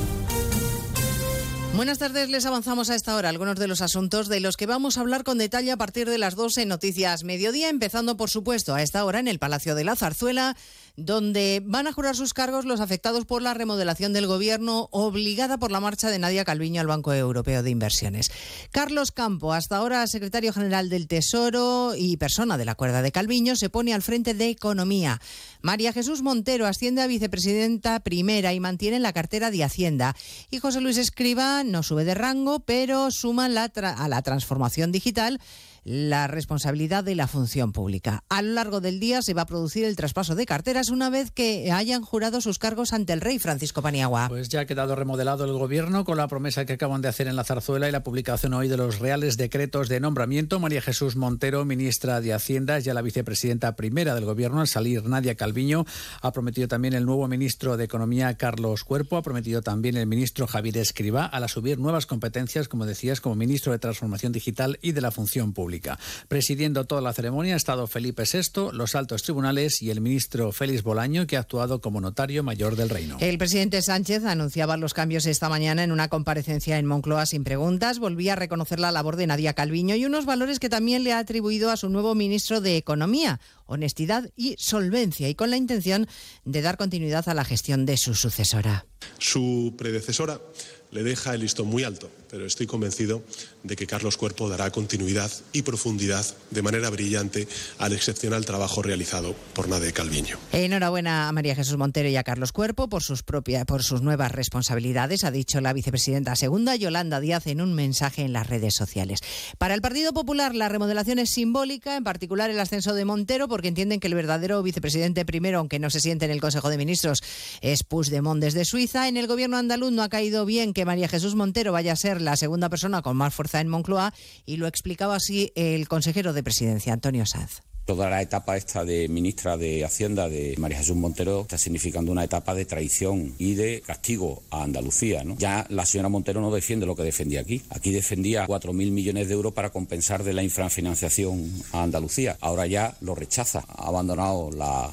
Buenas tardes, les avanzamos a esta hora algunos de los asuntos de los que vamos a hablar con detalle a partir de las 2 en Noticias Mediodía, empezando por supuesto a esta hora en el Palacio de la Zarzuela, donde van a jurar sus cargos los afectados por la remodelación del Gobierno obligada por la marcha de Nadia Calviño al Banco Europeo de Inversiones. Carlos Campo, hasta ahora secretario general del Tesoro y persona de la cuerda de Calviño, se pone al frente de Economía. María Jesús Montero asciende a vicepresidenta primera y mantiene la cartera de Hacienda. Y José Luis Escrivá no sube de rango, pero suma a la transformación digital la responsabilidad de la función pública. A lo largo del día se va a producir el traspaso de carteras una vez que hayan jurado sus cargos ante el rey. Francisco Paniagua. Pues ya ha quedado remodelado el Gobierno con la promesa que acaban de hacer en la Zarzuela y la publicación hoy de los reales decretos de nombramiento. María Jesús Montero, ministra de Hacienda, ya la vicepresidenta primera del Gobierno. Al salir Nadia Calviño, ha prometido también el nuevo ministro de Economía, Carlos Cuerpo, ha prometido también el ministro Javier Escrivá, al asumir nuevas competencias, como decías, como ministro de Transformación Digital y de la Función Pública. Presidiendo toda la ceremonia ha estado Felipe VI, los altos tribunales y el ministro Félix Bolaño, que ha actuado como notario mayor del reino. El presidente Sánchez anunciaba los cambios esta mañana en una comparecencia en Moncloa sin preguntas. Volvía a reconocer la labor de Nadia Calviño y unos valores que también le ha atribuido a su nuevo ministro de Economía: honestidad y solvencia, y con la intención de dar continuidad a la gestión de su sucesora. Su predecesora le deja el listón muy alto, pero estoy convencido de que Carlos Cuerpo dará continuidad y profundidad de manera brillante al excepcional trabajo realizado por Nadia Calviño. Enhorabuena a María Jesús Montero y a Carlos Cuerpo por sus nuevas responsabilidades, ha dicho la vicepresidenta segunda, Yolanda Díaz, en un mensaje en las redes sociales. Para el Partido Popular, la remodelación es simbólica, en particular el ascenso de Montero, porque entienden que el verdadero vicepresidente primero, aunque no se siente en el Consejo de Ministros, es Puigdemont desde Suiza. En el gobierno andaluz no ha caído bien que María Jesús Montero vaya a ser la segunda persona con más fuerza en Moncloa, y lo explicaba así el consejero de Presidencia, Antonio Sanz. Toda la etapa esta de ministra de Hacienda de María Jesús Montero está significando una etapa de traición y de castigo a Andalucía, ¿no? Ya la señora Montero no defiende lo que defendía aquí. Aquí defendía 4.000 millones de euros para compensar de la infrafinanciación a Andalucía. Ahora ya lo rechaza. Ha abandonado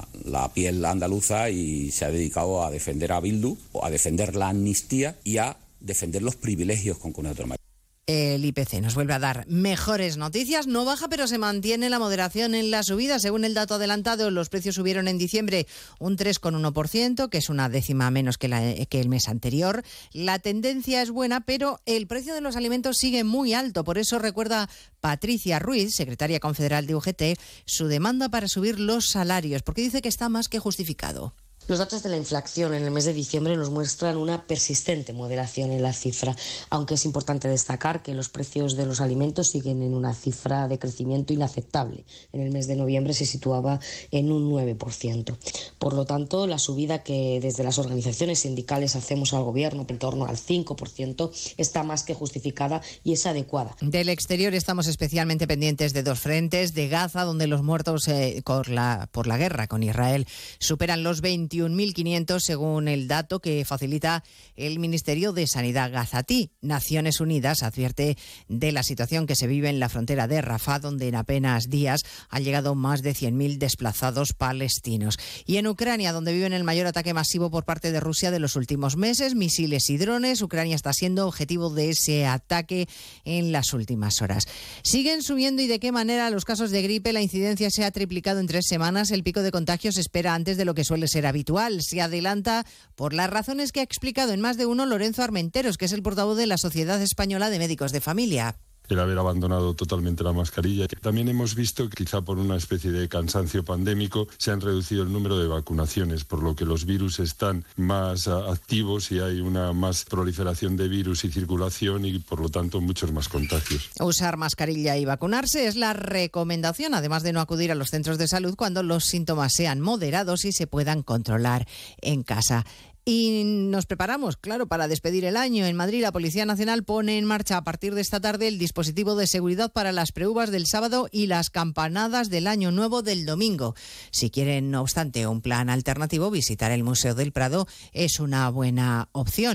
la piel andaluza y se ha dedicado a defender a Bildu, a defender la amnistía y a defender los privilegios con comunidad autónoma. El IPC nos vuelve a dar mejores noticias. No baja, pero se mantiene la moderación en la subida. Según el dato adelantado, los precios subieron en diciembre un 3,1%, que es una décima menos que el mes anterior. La tendencia es buena, pero el precio de los alimentos sigue muy alto. Por eso recuerda Patricia Ruiz, secretaria confederal de UGT, su demanda para subir los salarios, porque dice que está más que justificado. Los datos de la inflación en el mes de diciembre nos muestran una persistente moderación en la cifra, aunque es importante destacar que los precios de los alimentos siguen en una cifra de crecimiento inaceptable. En el mes de noviembre se situaba en un 9%. Por lo tanto, la subida que desde las organizaciones sindicales hacemos al Gobierno, en torno al 5%, está más que justificada y es adecuada. Del exterior estamos especialmente pendientes de dos frentes: de Gaza, donde los muertos por la guerra con Israel superan los 21.500, según el dato que facilita el Ministerio de Sanidad gazatí. Naciones Unidas advierte de la situación que se vive en la frontera de Rafah, donde en apenas días han llegado más de 100.000 desplazados palestinos. Y en Ucrania, donde viven el mayor ataque masivo por parte de Rusia de los últimos meses, misiles y drones, Ucrania está siendo objetivo de ese ataque en las últimas horas. Siguen subiendo, y de qué manera, los casos de gripe. La incidencia se ha triplicado en 3 semanas. El pico de contagios se espera antes de lo que suele ser habitual. Se adelanta por las razones que ha explicado en más de uno Lorenzo Armenteros, que es el portavoz de la Sociedad Española de Médicos de Familia. El haber abandonado totalmente la mascarilla. También hemos visto que quizá por una especie de cansancio pandémico se han reducido el número de vacunaciones, por lo que los virus están más activos y hay una más proliferación de virus y circulación y por lo tanto muchos más contagios. Usar mascarilla y vacunarse es la recomendación, además de no acudir a los centros de salud cuando los síntomas sean moderados y se puedan controlar en casa. Y nos preparamos, claro, para despedir el año. En Madrid, la Policía Nacional pone en marcha a partir de esta tarde el dispositivo de seguridad para las preuvas del sábado y las campanadas del Año Nuevo del domingo. Si quieren, no obstante, un plan alternativo, visitar el Museo del Prado es una buena opción.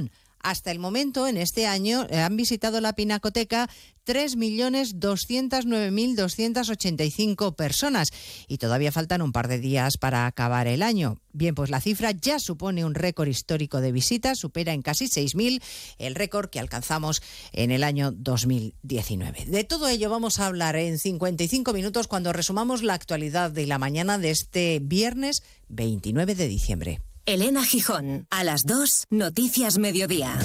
Hasta el momento, en este año, han visitado la Pinacoteca 3.209.285 personas y todavía faltan un par de días para acabar el año. Bien, pues la cifra ya supone un récord histórico de visitas, supera en casi 6.000 el récord que alcanzamos en el año 2019. De todo ello vamos a hablar en 55 minutos cuando resumamos la actualidad de la mañana de este viernes 29 de diciembre. Elena Gijón, a las 2, Noticias Mediodía.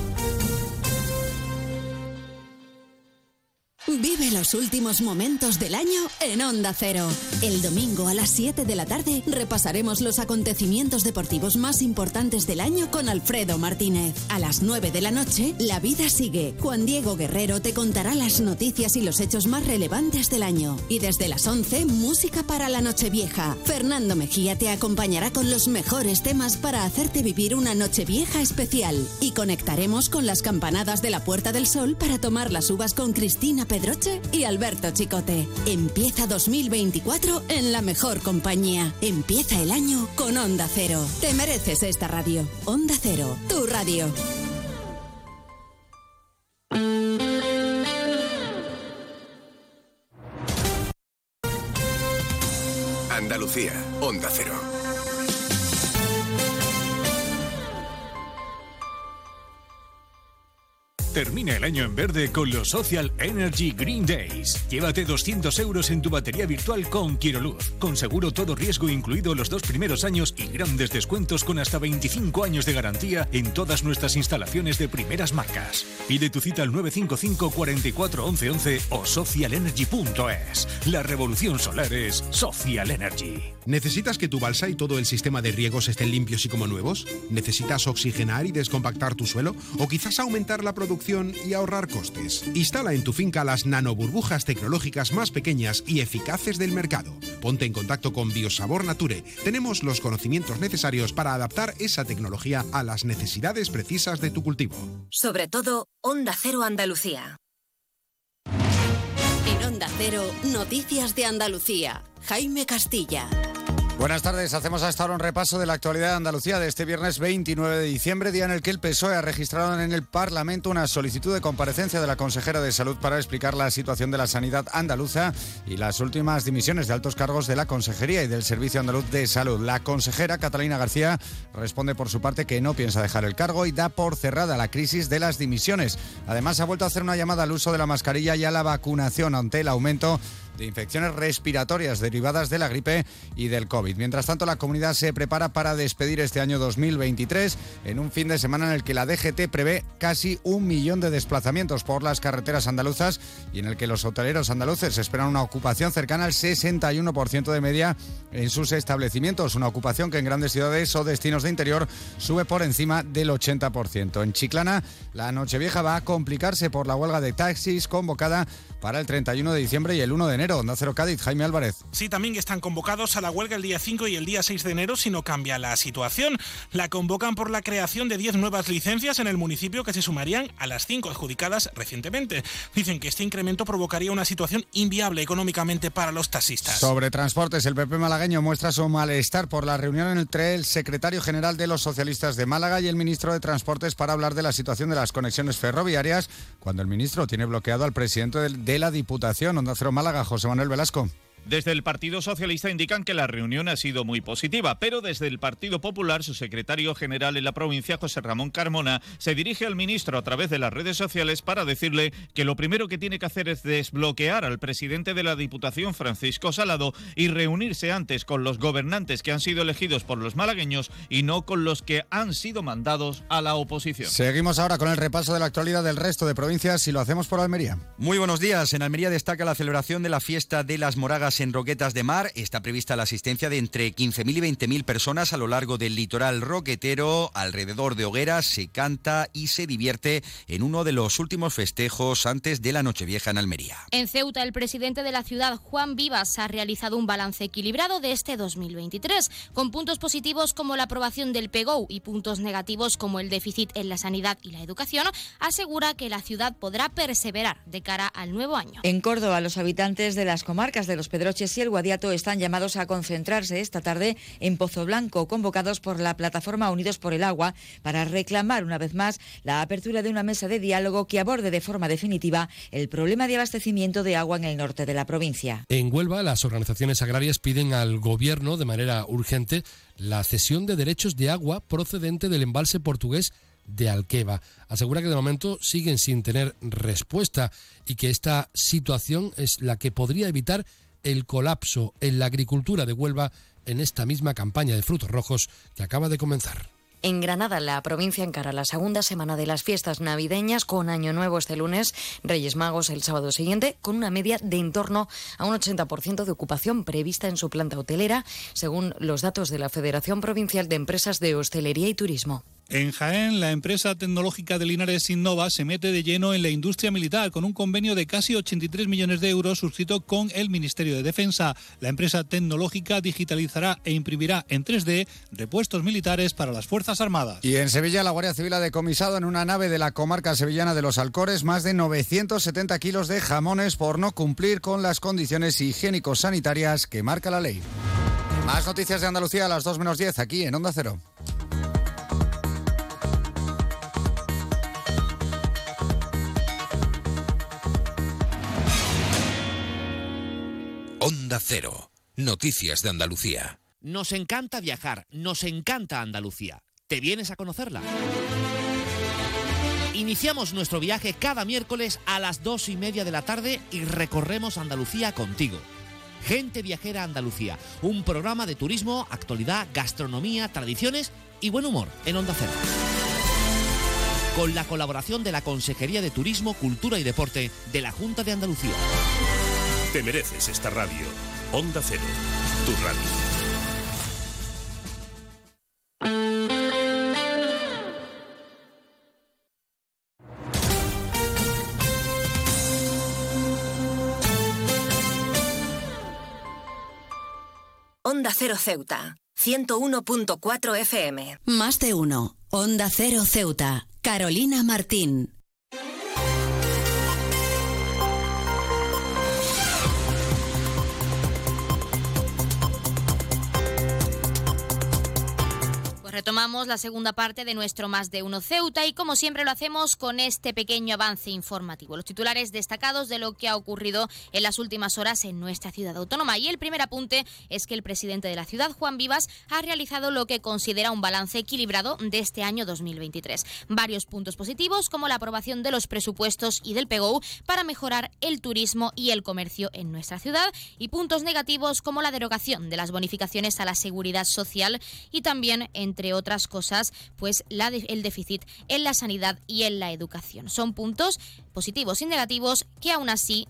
Vive los últimos momentos del año en Onda Cero. El domingo a las 7 de la tarde repasaremos los acontecimientos deportivos más importantes del año con Alfredo Martínez. A las 9 de la noche, La Vida Sigue. Juan Diego Guerrero te contará las noticias y los hechos más relevantes del año. Y desde las 11, música para la Nochevieja. Fernando Mejía te acompañará con los mejores temas para hacerte vivir una Nochevieja especial. Y conectaremos con las campanadas de la Puerta del Sol para tomar las uvas con Cristina Pedroche y Alberto Chicote. Empieza 2024 en la mejor compañía. Empieza el año con Onda Cero. Te mereces esta radio. Onda Cero, tu radio. Andalucía, Onda Cero. Termina el año en verde con los Social Energy Green Days. Llévate 200 euros en tu batería virtual con Quiroluz. Con seguro todo riesgo incluido los 2 primeros años y grandes descuentos con hasta 25 años de garantía en todas nuestras instalaciones de primeras marcas. Pide tu cita al 955 44 11 11 o socialenergy.es. La revolución solar es Social Energy. ¿Necesitas que tu balsa y todo el sistema de riegos estén limpios y como nuevos? ¿Necesitas oxigenar y descompactar tu suelo? ¿O quizás aumentar la producción y ahorrar costes? Instala en tu finca las nanoburbujas tecnológicas más pequeñas y eficaces del mercado. Ponte en contacto con Biosabor Nature. Tenemos los conocimientos necesarios para adaptar esa tecnología a las necesidades precisas de tu cultivo. Sobre todo, Onda Cero Andalucía. En Onda Cero, Noticias de Andalucía. Jaime Castilla. Buenas tardes, hacemos hasta ahora un repaso de la actualidad de Andalucía de este viernes 29 de diciembre, día en el que el PSOE ha registrado en el Parlamento una solicitud de comparecencia de la consejera de Salud para explicar la situación de la sanidad andaluza y las últimas dimisiones de altos cargos de la Consejería y del Servicio Andaluz de Salud. La consejera, Catalina García, responde por su parte que no piensa dejar el cargo y da por cerrada la crisis de las dimisiones. Además, ha vuelto a hacer una llamada al uso de la mascarilla y a la vacunación ante el aumento de infecciones respiratorias derivadas de la gripe y del COVID. Mientras tanto, la comunidad se prepara para despedir este año 2023 en un fin de semana en el que la DGT prevé casi 1 millón de desplazamientos por las carreteras andaluzas y en el que los hoteleros andaluces esperan una ocupación cercana al 61% de media en sus establecimientos, una ocupación que en grandes ciudades o destinos de interior sube por encima del 80%. En Chiclana, la Nochevieja va a complicarse por la huelga de taxis convocada para el 31 de diciembre y el 1 de enero. Onda Cero Cádiz, Jaime Álvarez. Sí, también están convocados a la huelga el día 5 y el día 6 de enero si no cambia la situación. La convocan por la creación de 10 nuevas licencias en el municipio que se sumarían a las 5 adjudicadas recientemente. Dicen que este incremento provocaría una situación inviable económicamente para los taxistas. Sobre transportes, el PP malagueño muestra su malestar por la reunión entre el secretario general de los socialistas de Málaga y el ministro de Transportes para hablar de la situación de las conexiones ferroviarias, cuando el ministro tiene bloqueado al presidente de la Diputación. Onda Cero Málaga, José Manuel Velasco. Desde el Partido Socialista indican que la reunión ha sido muy positiva, pero desde el Partido Popular, su secretario general en la provincia, José Ramón Carmona, se dirige al ministro a través de las redes sociales para decirle que lo primero que tiene que hacer es desbloquear al presidente de la Diputación, Francisco Salado, y reunirse antes con los gobernantes que han sido elegidos por los malagueños y no con los que han sido mandados a la oposición. Seguimos ahora con el repaso de la actualidad del resto de provincias y lo hacemos por Almería. Muy buenos días. En Almería destaca la celebración de la fiesta de las Moragas en Roquetas de Mar. Está prevista la asistencia de entre 15.000 y 20.000 personas a lo largo del litoral roquetero. Alrededor de hogueras se canta y se divierte en uno de los últimos festejos antes de la Nochevieja en Almería. En Ceuta, el presidente de la ciudad, Juan Vivas, ha realizado un balance equilibrado de este 2023, con puntos positivos como la aprobación del PGOU y puntos negativos como el déficit en la sanidad y la educación. Asegura que la ciudad podrá perseverar de cara al nuevo año. En Córdoba, los habitantes de las comarcas del Hospedal Pedroches y El Guadiato están llamados a concentrarse esta tarde en Pozo Blanco, convocados por la plataforma Unidos por el Agua, para reclamar una vez más la apertura de una mesa de diálogo que aborde de forma definitiva el problema de abastecimiento de agua en el norte de la provincia. En Huelva, las organizaciones agrarias piden al Gobierno de manera urgente la cesión de derechos de agua procedente del embalse portugués de Alqueva. Asegura que de momento siguen sin tener respuesta y que esta situación es la que podría evitar el colapso en la agricultura de Huelva en esta misma campaña de frutos rojos que acaba de comenzar. En Granada, la provincia encara la segunda semana de las fiestas navideñas con Año Nuevo este lunes, Reyes Magos el sábado siguiente, con una media de en torno a un 80% de ocupación prevista en su planta hotelera, según los datos de la Federación Provincial de Empresas de Hostelería y Turismo. En Jaén, la empresa tecnológica de Linares Innova se mete de lleno en la industria militar con un convenio de casi 83 millones de euros suscrito con el Ministerio de Defensa. La empresa tecnológica digitalizará e imprimirá en 3D repuestos militares para las Fuerzas Armadas. Y en Sevilla, la Guardia Civil ha decomisado en una nave de la comarca sevillana de Los Alcores más de 970 kilos de jamones por no cumplir con las condiciones higiénico-sanitarias que marca la ley. Más noticias de Andalucía a las 2 menos 10 aquí en Onda Cero. Onda Cero. Noticias de Andalucía. Nos encanta viajar, nos encanta Andalucía. ¿Te vienes a conocerla? Iniciamos nuestro viaje cada miércoles a las 2:30 de la tarde y recorremos Andalucía contigo. Gente Viajera Andalucía, un programa de turismo, actualidad, gastronomía, tradiciones y buen humor en Onda Cero. Con la colaboración de la Consejería de Turismo, Cultura y Deporte de la Junta de Andalucía. Te mereces esta radio. Onda Cero, tu radio. Onda Cero Ceuta, 101.4 FM. Más de uno. Onda Cero Ceuta. Carolina Martín. Retomamos la segunda parte de nuestro Más de Uno Ceuta y como siempre lo hacemos con este pequeño avance informativo. Los titulares destacados de lo que ha ocurrido en las últimas horas en nuestra ciudad autónoma. Y el primer apunte es que el presidente de la ciudad, Juan Vivas, ha realizado lo que considera un balance equilibrado de este año 2023. Varios puntos positivos como la aprobación de los presupuestos y del PGOU para mejorar el turismo y el comercio en nuestra ciudad y puntos negativos como la derogación de las bonificaciones a la seguridad social y también, entre otras cosas, pues el déficit en la sanidad y en la educación. Son puntos positivos y negativos que aún así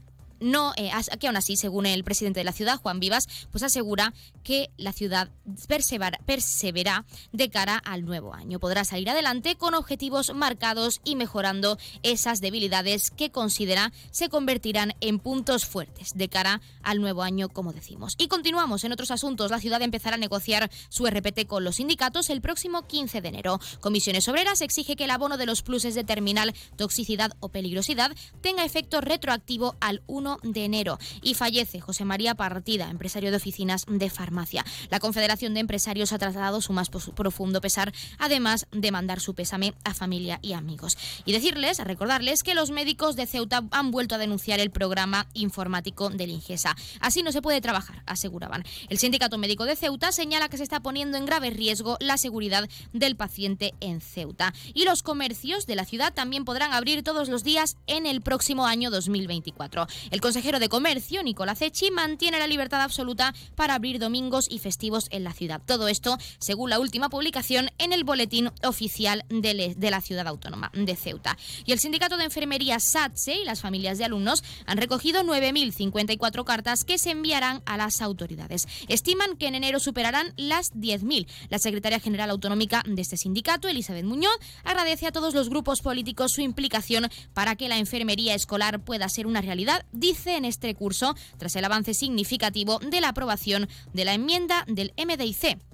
según el presidente de la ciudad, Juan Vivas, pues asegura que la ciudad persevera de cara al nuevo año. Podrá salir adelante con objetivos marcados y mejorando esas debilidades que considera se convertirán en puntos fuertes de cara al nuevo año, como decimos. Y continuamos en otros asuntos. La ciudad empezará a negociar su RPT con los sindicatos el próximo 15 de enero. Comisiones Obreras exige que el abono de los pluses de terminal, toxicidad o peligrosidad tenga efecto retroactivo al 1 de enero. Y fallece José María Partida, empresario de oficinas de farmacia. La Confederación de Empresarios ha trasladado su más profundo pesar, además de mandar su pésame a familia y amigos. Y recordarles que los médicos de Ceuta han vuelto a denunciar el programa informático del Ingesa. Así no se puede trabajar, aseguraban. El Sindicato Médico de Ceuta señala que se está poniendo en grave riesgo la seguridad del paciente en Ceuta. Y los comercios de la ciudad también podrán abrir todos los días en el próximo año 2024. El consejero de Comercio, Nicolás Echi, mantiene la libertad absoluta para abrir domingos y festivos en la ciudad. Todo esto según la última publicación en el boletín oficial de la ciudad autónoma de Ceuta. Y el sindicato de enfermería SATSE y las familias de alumnos han recogido 9.054 cartas que se enviarán a las autoridades. Estiman que en enero superarán las 10.000. La secretaria general autonómica de este sindicato, Elizabeth Muñoz, agradece a todos los grupos políticos su implicación para que la enfermería escolar pueda ser una realidad, dice en este curso, tras el avance significativo de la aprobación de la enmienda del MDIC.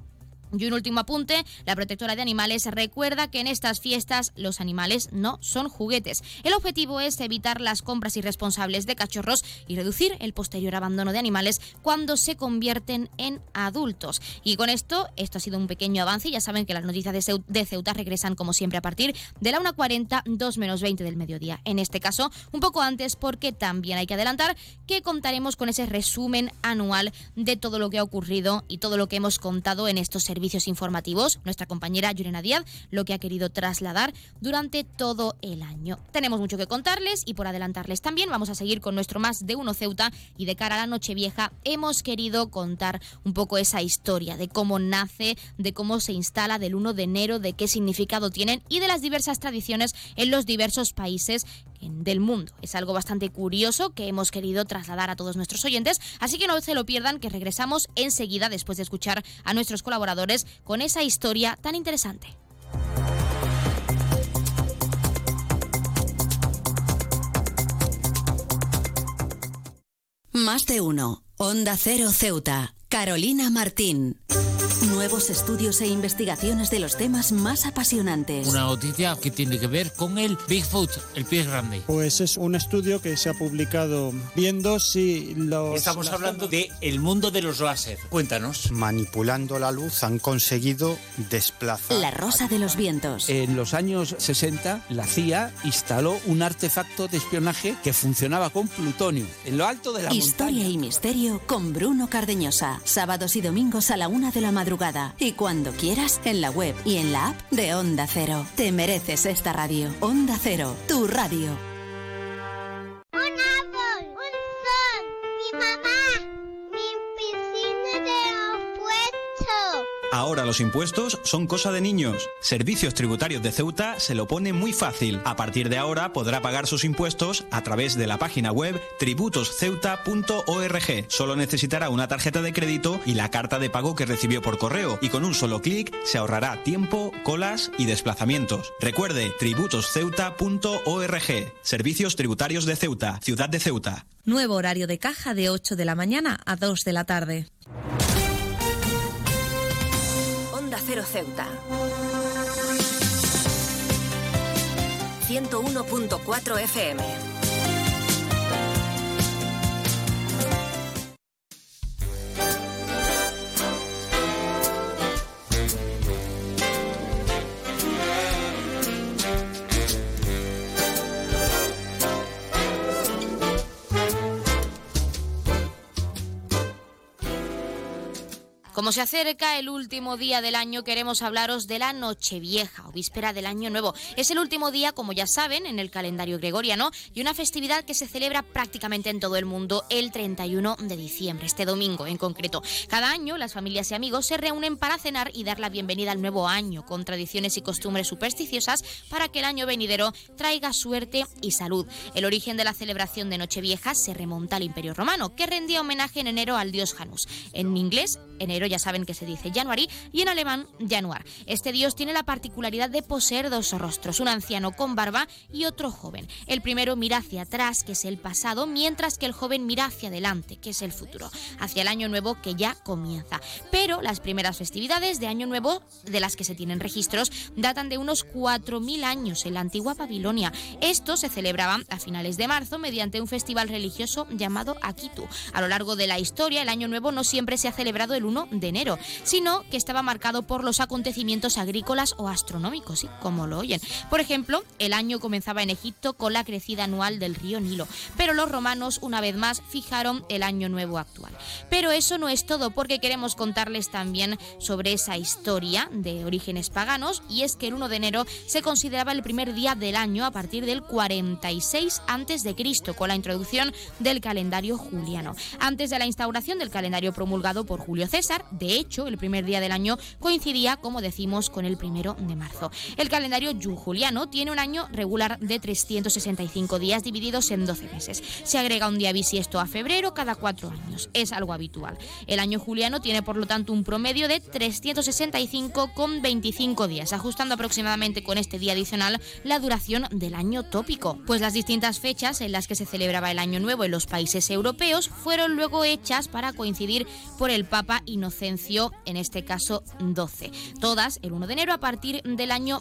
Y un último apunte, la protectora de animales recuerda que en estas fiestas los animales no son juguetes. El objetivo es evitar las compras irresponsables de cachorros y reducir el posterior abandono de animales cuando se convierten en adultos. Y con esto ha sido un pequeño avance. Ya saben que las noticias de Ceuta regresan como siempre a partir de la 1:40, 2 menos 20 del mediodía. En este caso, un poco antes, porque también hay que adelantar que contaremos con ese resumen anual de todo lo que ha ocurrido y todo lo que hemos contado en estos servicios informativos. Nuestra compañera Yurena Díaz lo que ha querido trasladar durante todo el año. Tenemos mucho que contarles y por adelantarles también vamos a seguir con nuestro Más de Uno Ceuta, y de cara a la Nochevieja hemos querido contar un poco esa historia de cómo nace, de cómo se instala del 1 de enero, de qué significado tienen y de las diversas tradiciones en los diversos países del mundo. Es algo bastante curioso que hemos querido trasladar a todos nuestros oyentes, así que no se lo pierdan, que regresamos enseguida después de escuchar a nuestros colaboradores con esa historia tan interesante. Más de Uno. Onda Cero Ceuta. Carolina Martín. Nuevos estudios e investigaciones de los temas más apasionantes. Una noticia que tiene que ver con el Bigfoot, el pie grande. Pues es un estudio que se ha publicado viendo si los... Estamos hablando de el mundo de los láser. Cuéntanos. Manipulando la luz han conseguido desplazar... La Rosa de los Vientos. En los años 60, la CIA instaló un artefacto de espionaje que funcionaba con plutonio en lo alto de la montaña. Historia y misterio con Bruno Cardeñosa. Sábados y domingos a la 1 de la madrugada. Y cuando quieras, en la web y en la app de Onda Cero. Te mereces esta radio. Onda Cero, tu radio. Un árbol, un sol, mi mamá, mi piscina de los puestos. Ahora los impuestos son cosa de niños. Servicios Tributarios de Ceuta se lo pone muy fácil. A partir de ahora podrá pagar sus impuestos a través de la página web tributosceuta.org. Solo necesitará una tarjeta de crédito y la carta de pago que recibió por correo, y con un solo clic se ahorrará tiempo, colas y desplazamientos. Recuerde, tributosceuta.org. Servicios Tributarios de Ceuta, Ciudad de Ceuta. Nuevo horario de caja de 8 de la mañana a 2 de la tarde. Onda Cero Ceuta. 101.4 FM. Como se acerca el último día del año, queremos hablaros de la Nochevieja o víspera del Año Nuevo. Es el último día, como ya saben, en el calendario gregoriano, y una festividad que se celebra prácticamente en todo el mundo el 31 de diciembre, este domingo en concreto. Cada año las familias y amigos se reúnen para cenar y dar la bienvenida al nuevo año, con tradiciones y costumbres supersticiosas para que el año venidero traiga suerte y salud. El origen de la celebración de Nochevieja se remonta al Imperio Romano, que rendía homenaje en enero al dios Janus. En inglés, enero ya saben que se dice January, y en alemán Januar. Este dios tiene la particularidad de poseer dos rostros, un anciano con barba y otro joven. El primero mira hacia atrás, que es el pasado, mientras que el joven mira hacia adelante, que es el futuro, hacia el año nuevo que ya comienza. Pero las primeras festividades de año nuevo, de las que se tienen registros, datan de unos 4.000 años en la antigua Babilonia. Estos se celebraban a finales de marzo mediante un festival religioso llamado Akitu. A lo largo de la historia, el año nuevo no siempre se ha celebrado el 1 de enero, sino que estaba marcado por los acontecimientos agrícolas o astronómicos, ¿sí? Como lo oyen. Por ejemplo, el año comenzaba en Egipto con la crecida anual del río Nilo, pero los romanos, una vez más, fijaron el año nuevo actual. Pero eso no es todo, porque queremos contarles también sobre esa historia de orígenes paganos, y es que el 1 de enero se consideraba el primer día del año a partir del 46 a.C., con la introducción del calendario juliano. Antes de la instauración del calendario promulgado por Julio César, de hecho, el primer día del año coincidía, como decimos, con el 1 de marzo. El calendario juliano tiene un año regular de 365 días divididos en 12 meses. Se agrega un día bisiesto a febrero cada 4 años. Es algo habitual. El año juliano tiene, por lo tanto, un promedio de 365,25 días, ajustando aproximadamente con este día adicional la duración del año tópico. Pues las distintas fechas en las que se celebraba el año nuevo en los países europeos fueron luego hechas para coincidir por el Papa Inocencio Inocencio, en este caso 12. Todas el 1 de enero a partir del año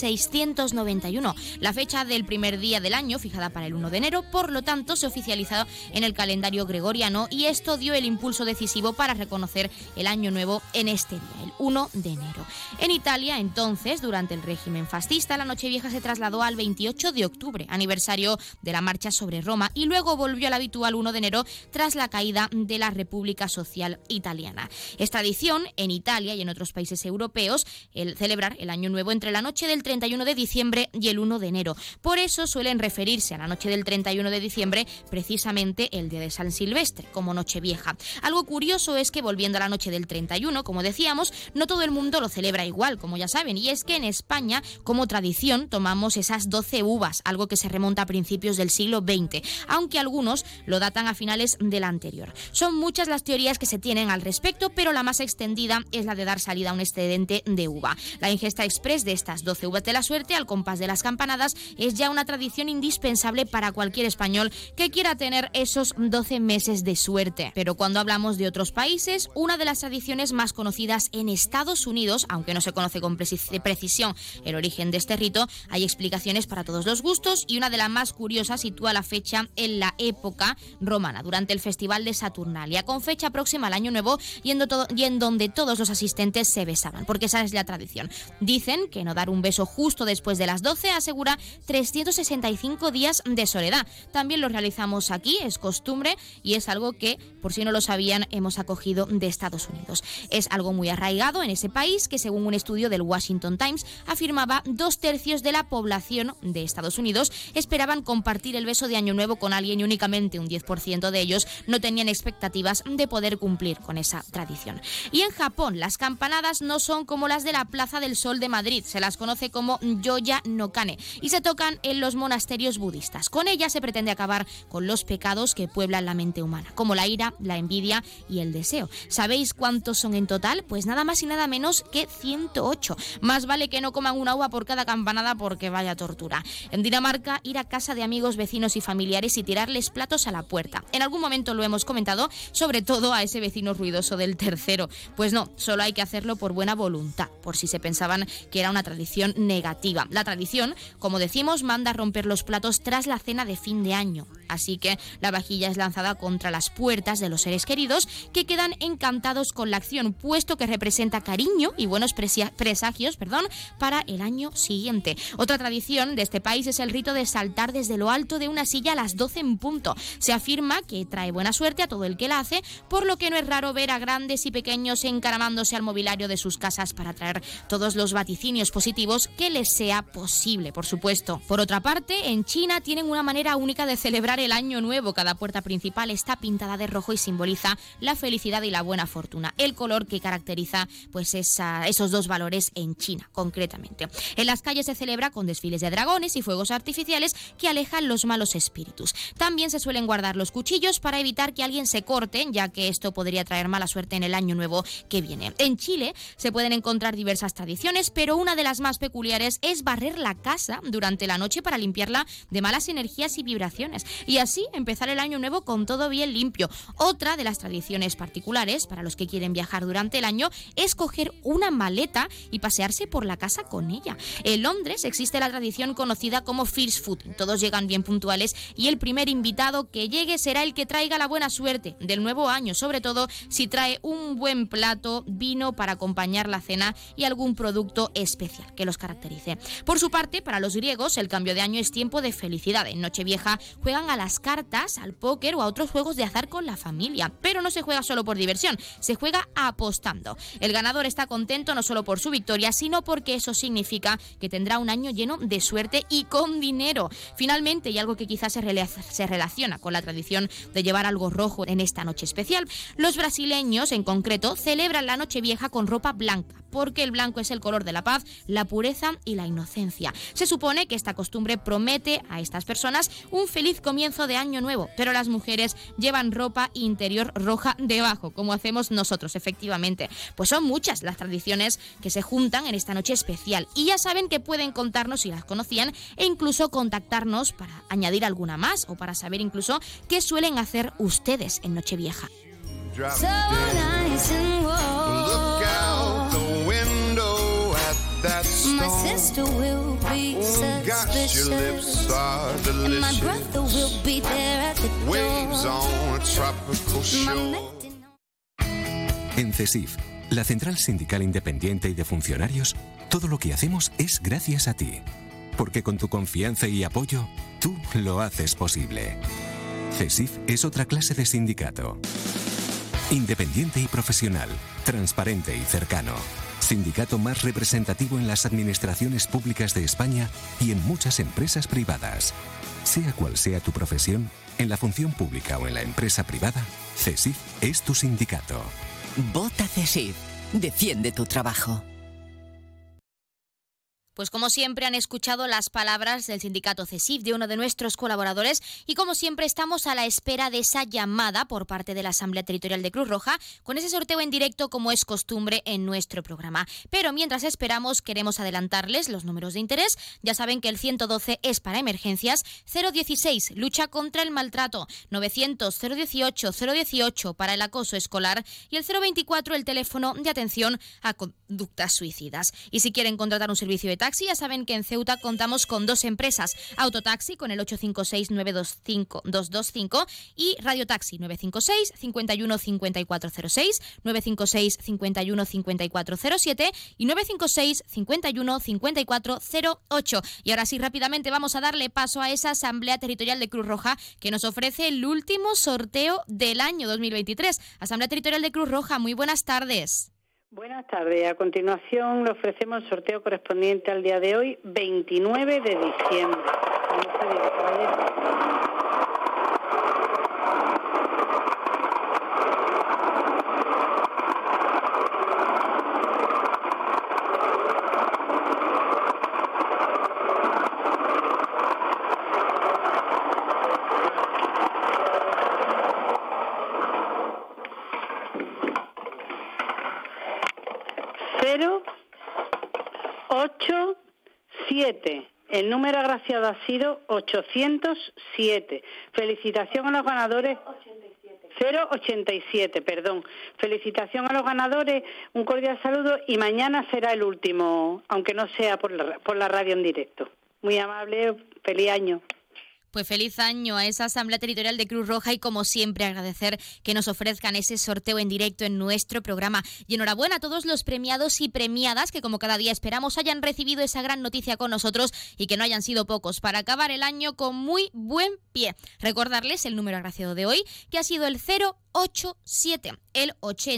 1691. La fecha del primer día del año, fijada para el 1 de enero, por lo tanto se oficializó en el calendario gregoriano y esto dio el impulso decisivo para reconocer el año nuevo en este día, el 1 de enero. En Italia, entonces, durante el régimen fascista, la Nochevieja se trasladó al 28 de octubre, aniversario de la marcha sobre Roma, y luego volvió al habitual 1 de enero tras la caída de la República Social Italiana. Es tradición en Italia y en otros países europeos el celebrar el año nuevo entre la noche del 31 de diciembre y el 1 de enero. Por eso suelen referirse a la noche del 31 de diciembre precisamente el día de San Silvestre, como Nochevieja. Algo curioso es que, volviendo a la noche del 31, como decíamos, no todo el mundo lo celebra igual, como ya saben, y es que en España, como tradición, tomamos esas 12 uvas, algo que se remonta a principios del siglo XX, aunque algunos lo datan a finales del anterior. Son muchas las teorías que se tienen al respecto, pero la más extendida es la de dar salida a un excedente de uva. La ingesta express de estas 12 uvas de la suerte, al compás de las campanadas, es ya una tradición indispensable para cualquier español que quiera tener esos 12 meses de suerte. Pero cuando hablamos de otros países, una de las tradiciones más conocidas en Estados Unidos, aunque no se conoce con precisión el origen de este rito, hay explicaciones para todos los gustos y una de las más curiosas sitúa la fecha en la época romana, durante el Festival de Saturnalia, con fecha próxima al Año Nuevo y en donde todos los asistentes se besaban, porque esa es la tradición. Dicen que no dar un beso justo después de las 12 asegura 365 días de soledad. También lo realizamos aquí, es costumbre y es algo que, por si no lo sabían, hemos acogido de Estados Unidos. Es algo muy arraigado en ese país que, según un estudio del Washington Times, afirmaba 2/3 de la población de Estados Unidos esperaban compartir el beso de Año Nuevo con alguien y únicamente un 10% de ellos no tenían expectativas de poder cumplir con esa tradición. Y en Japón, las campanadas no son como las de la Plaza del Sol de Madrid, se las conoce como Yoya no Kane y se tocan en los monasterios budistas. Con ellas se pretende acabar con los pecados que pueblan la mente humana, como la ira, la envidia y el deseo. ¿Sabéis cuántos son en total? Pues nada más y nada menos que 108. Más vale que no coman una uva por cada campanada porque vaya tortura. En Dinamarca, ir a casa de amigos, vecinos y familiares y tirarles platos a la puerta. En algún momento lo hemos comentado, sobre todo a ese vecino ruidoso del tercero. Pues no, solo hay que hacerlo por buena voluntad, por si se pensaban que era una tradición negativa. La tradición, como decimos, manda a romper los platos tras la cena de fin de año. Así que la vajilla es lanzada contra las puertas de los seres queridos, que quedan encantados con la acción, puesto que representa cariño y buenos presagios para el año siguiente. Otra tradición de este país es el rito de saltar desde lo alto de una silla a las 12 en punto. Se afirma que trae buena suerte a todo el que la hace, por lo que no es raro ver a grandes y pequeños encaramándose al mobiliario de sus casas para traer todos los vaticinios positivos que les sea posible, por supuesto. Por otra parte, en China tienen una manera única de celebrar el Año Nuevo. Cada puerta principal está pintada de rojo y simboliza la felicidad y la buena fortuna, el color que caracteriza pues esos dos valores en China, concretamente. En las calles se celebra con desfiles de dragones y fuegos artificiales que alejan los malos espíritus. También se suelen guardar los cuchillos para evitar que alguien se corte, ya que esto podría traer mala suerte en el Año Nuevo que viene. En Chile se pueden encontrar diversas tradiciones, pero una de las más peculiares es barrer la casa durante la noche para limpiarla de malas energías y vibraciones, y así empezar el Año Nuevo con todo bien limpio. Otra de las tradiciones particulares para los que quieren viajar durante el año es coger una maleta y pasearse por la casa con ella. En Londres existe la tradición conocida como First Food. Todos llegan bien puntuales y el primer invitado que llegue será el que traiga la buena suerte del nuevo año, sobre todo si trae un buen plato, vino para acompañar la cena y algún producto especial que los caracterice. Por su parte, para los griegos, el cambio de año es tiempo de felicidad. En Nochevieja juegan a las cartas, al póker o a otros juegos de azar con la familia. Pero no se juega solo por diversión, se juega apostando. El ganador está contento no solo por su victoria, sino porque eso significa que tendrá un año lleno de suerte y con dinero. Finalmente, y algo que quizás se relaciona con la tradición de llevar algo rojo en esta noche especial, los brasileños en concreto celebran la Nochevieja con ropa blanca, porque el blanco es el color de la paz, la pureza y la inocencia. Se supone que esta costumbre promete a estas personas un feliz comienzo de año nuevo, pero las mujeres llevan ropa interior roja debajo, como hacemos nosotros, efectivamente. Pues son muchas las tradiciones que se juntan en esta noche especial, y ya saben que pueden contarnos si las conocían e incluso contactarnos para añadir alguna más o para saber incluso qué suelen hacer ustedes en Nochevieja. So nice and warm. My sister will be suspicious. Your lips are delicious. And my brother will be there at the door. Waves on a tropical shore. En CESIF, la Central Sindical Independiente y de Funcionarios, todo lo que hacemos es gracias a ti. Porque con tu confianza y apoyo, tú lo haces posible. CESIF es otra clase de sindicato. Independiente y profesional, transparente y cercano. Sindicato más representativo en las administraciones públicas de España y en muchas empresas privadas. Sea cual sea tu profesión, en la función pública o en la empresa privada, CESIF es tu sindicato. Vota CESIF. Defiende tu trabajo. Pues como siempre han escuchado las palabras del sindicato CESIF, de uno de nuestros colaboradores, y como siempre estamos a la espera de esa llamada por parte de la Asamblea Territorial de Cruz Roja con ese sorteo en directo como es costumbre en nuestro programa. Pero mientras esperamos queremos adelantarles los números de interés. Ya saben que el 112 es para emergencias, 016 lucha contra el maltrato, 900 018 018 para el acoso escolar y el 024 el teléfono de atención a conductas suicidas. Y si quieren contratar un servicio de taxi, ya saben que en Ceuta contamos con dos empresas, Autotaxi con el 856-925-225 y Radiotaxi 956 51 5406, 956 51 5407 y 956 51 5408. Y ahora sí, rápidamente vamos a darle paso a esa Asamblea Territorial de Cruz Roja que nos ofrece el último sorteo del año 2023. Asamblea Territorial de Cruz Roja, muy buenas tardes. Buenas tardes. A continuación le ofrecemos el sorteo correspondiente al día de hoy, 29 de diciembre. ¿Cómo se dice, caballero? El número agraciado ha sido 807. Felicitación a los ganadores. 087, perdón. Felicitación a los ganadores, un cordial saludo y mañana será el último, aunque no sea por la radio en directo. Muy amable, feliz año. Pues feliz año a esa Asamblea Territorial de Cruz Roja y como siempre agradecer que nos ofrezcan ese sorteo en directo en nuestro programa. Y enhorabuena a todos los premiados y premiadas que como cada día esperamos hayan recibido esa gran noticia con nosotros y que no hayan sido pocos para acabar el año con muy buen pie. Recordarles el número agraciado de hoy que ha sido el 087, el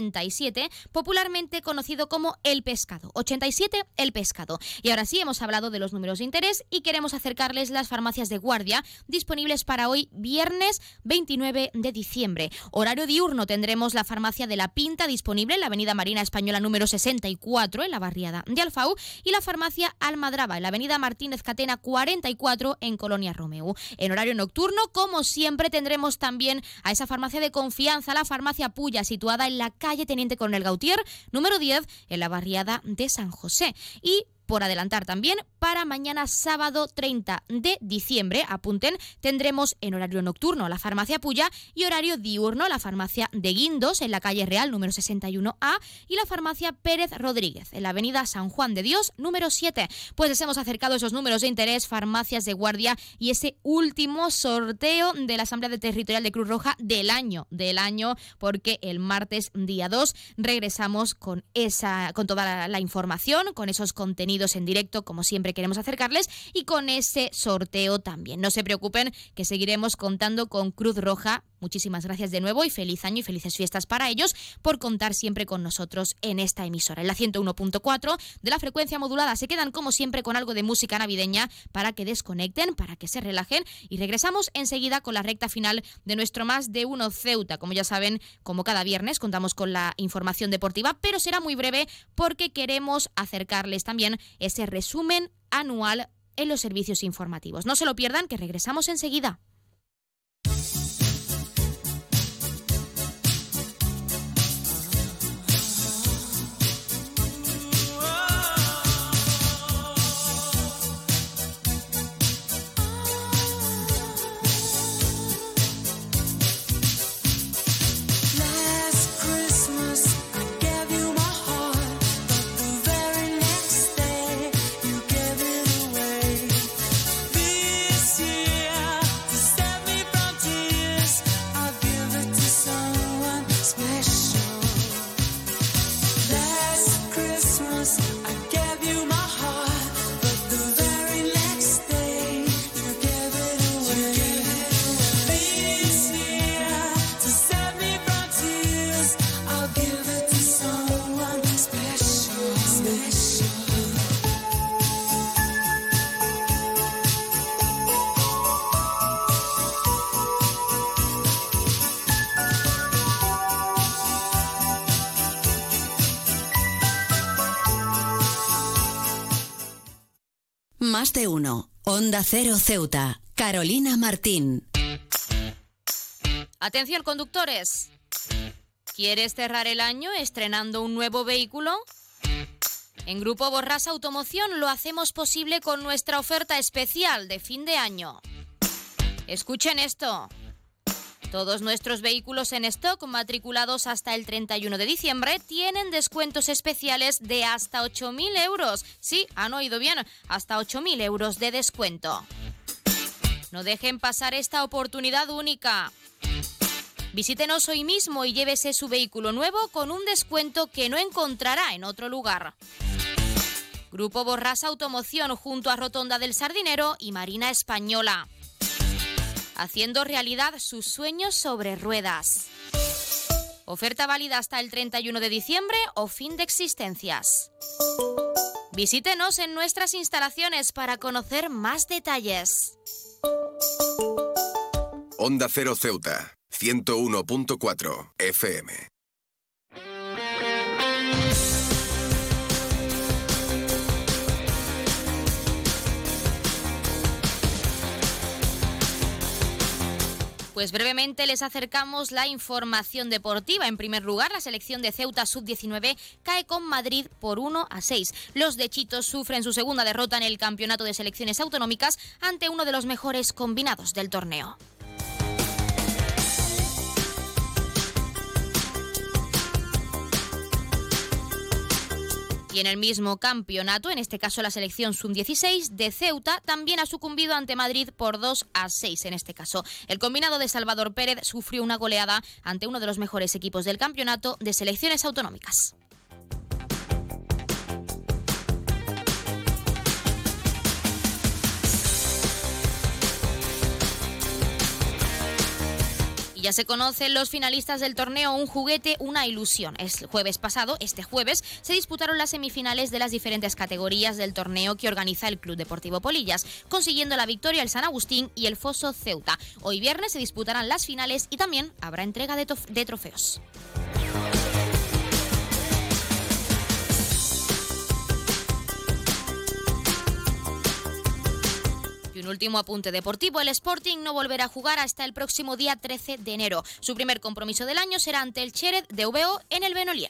87, popularmente conocido como el pescado. 87, el pescado. Y ahora sí, hemos hablado de los números de interés y queremos acercarles las farmacias de guardia disponibles para hoy, viernes 29 de diciembre. Horario diurno tendremos la farmacia de La Pinta disponible en la avenida Marina Española número 64, en la barriada de Alfau, y la farmacia Almadraba en la avenida Martínez Catena 44, en Colonia Romeu. En horario nocturno, como siempre, tendremos también a esa farmacia de confianza, la farmacia Puya, situada en la calle Teniente Coronel Gautier, número 10, en la barriada de San José. Y por adelantar también, para mañana sábado 30 de diciembre, apunten, tendremos en horario nocturno la farmacia Puya y horario diurno la farmacia de Guindos en la calle Real número 61A y la farmacia Pérez Rodríguez en la avenida San Juan de Dios número 7. Pues les hemos acercado esos números de interés, farmacias de guardia y ese último sorteo de la Asamblea Territorial de Cruz Roja del año, porque el martes día 2 regresamos con toda la información, con esos contenidos en directo, como siempre queremos acercarles, y con ese sorteo también. No se preocupen, que seguiremos contando con Cruz Roja. Muchísimas gracias de nuevo y feliz año y felices fiestas para ellos por contar siempre con nosotros en esta emisora. En la 101.4 de la frecuencia modulada se quedan como siempre con algo de música navideña para que desconecten, para que se relajen, y regresamos enseguida con la recta final de nuestro Más de Uno Ceuta. Como ya saben, como cada viernes contamos con la información deportiva, pero será muy breve porque queremos acercarles también ese resumen anual en los servicios informativos. No se lo pierdan, que regresamos enseguida. You I'll give it to someone special, special. Más de uno. Onda Cero Ceuta. Carolina Martín. Atención, conductores. ¿Quieres cerrar el año estrenando un nuevo vehículo? En Grupo Borràs Automoción lo hacemos posible con nuestra oferta especial de fin de año. Escuchen esto. Todos nuestros vehículos en stock matriculados hasta el 31 de diciembre tienen descuentos especiales de hasta 8.000 euros. Sí, han oído bien, hasta 8.000 euros de descuento. No dejen pasar esta oportunidad única. Visítenos hoy mismo y llévese su vehículo nuevo con un descuento que no encontrará en otro lugar. Grupo Borràs Automoción junto a Rotonda del Sardinero y Marina Española. Haciendo realidad sus sueños sobre ruedas. Oferta válida hasta el 31 de diciembre o fin de existencias. Visítenos en nuestras instalaciones para conocer más detalles. Onda Cero Ceuta, 101.4 FM. Pues brevemente les acercamos la información deportiva. En primer lugar, la selección de Ceuta Sub-19 cae con Madrid por 1-6. Los de Chitos sufren su segunda derrota en el campeonato de selecciones autonómicas ante uno de los mejores combinados del torneo. Y en el mismo campeonato, en este caso la selección Sub-16 de Ceuta, también ha sucumbido ante Madrid por 2-6 en este caso. El combinado de Salvador Pérez sufrió una goleada ante uno de los mejores equipos del campeonato de selecciones autonómicas. Ya se conocen los finalistas del torneo Un Juguete, Una Ilusión. Este jueves, se disputaron las semifinales de las diferentes categorías del torneo que organiza el Club Deportivo Polillas, consiguiendo la victoria el San Agustín y el Foso Ceuta. Hoy viernes se disputarán las finales y también habrá entrega de trofeos. Y un último apunte deportivo, el Sporting no volverá a jugar hasta el próximo día 13 de enero. Su primer compromiso del año será ante el Xerez de VO en el Benoliel.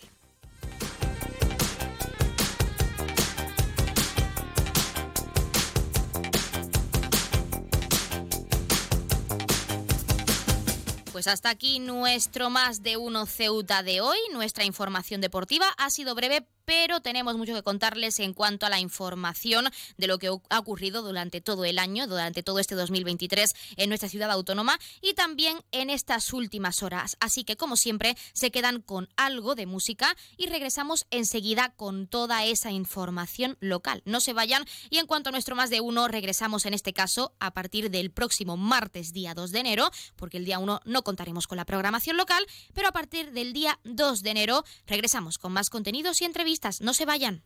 Pues hasta aquí nuestro Más de Uno Ceuta de hoy. Nuestra información deportiva ha sido breve, pero tenemos mucho que contarles en cuanto a la información de lo que ha ocurrido durante todo el año, durante todo este 2023 en nuestra ciudad autónoma y también en estas últimas horas. Así que, como siempre, se quedan con algo de música y regresamos enseguida con toda esa información local. No se vayan y en cuanto a nuestro Más de Uno, regresamos en este caso a partir del próximo martes, día 2 de enero, porque el día 1 no contaremos con la programación local, pero a partir del día 2 de enero regresamos con más contenidos y entrevistas. No se vayan.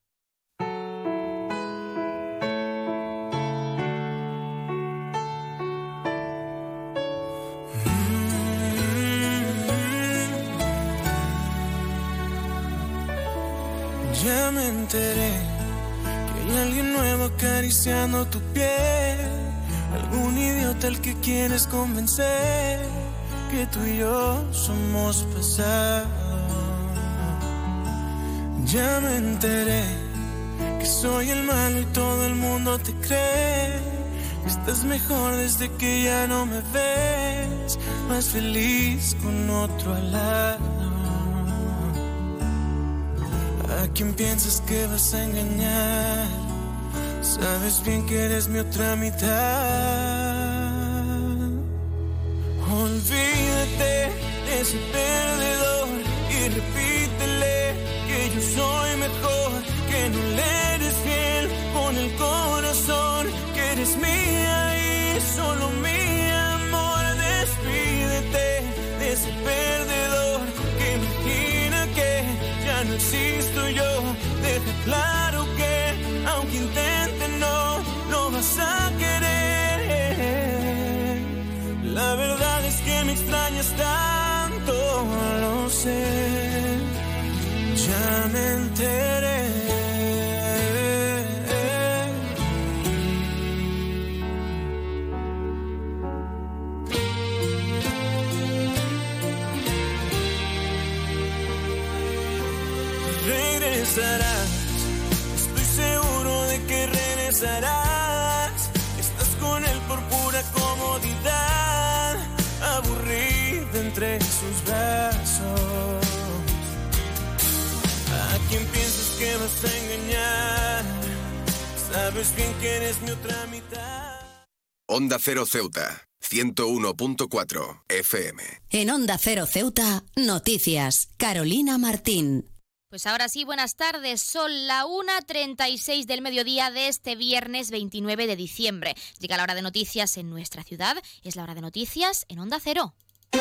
Ya me enteré que hay alguien nuevo acariciando tu piel, algún idiota al que quieres convencer que tú y yo somos pasado. Ya me enteré que soy el malo y todo el mundo te cree. Estás mejor desde que ya no me ves, más feliz con otro al lado. ¿A quién piensas que vas a engañar? Sabes bien que eres mi otra mitad. Olvídate de ese perdedor y repítele que yo soy mejor, que no le eres fiel con el corazón, que eres mía y solo mi amor. Despídete de ese perdedor que imagina ya no existo yo. Deja claro que aunque intente no vas a querer. La verdad es que me extrañas tanto, lo sé, ya me enteré. Regresarás, estoy seguro de que regresarás. Estás con él por pura comodidad, aburrido entre sus brazos. ¿A quién piensas que vas a engañar? Sabes bien que eres mi otra mitad. Onda Cero Ceuta, 101.4 FM. En Onda Cero Ceuta, noticias. Carolina Martín. Pues ahora sí, buenas tardes. Son la 1:36 del mediodía de este viernes 29 de diciembre. Llega la hora de noticias en nuestra ciudad. Es la hora de noticias en Onda Cero.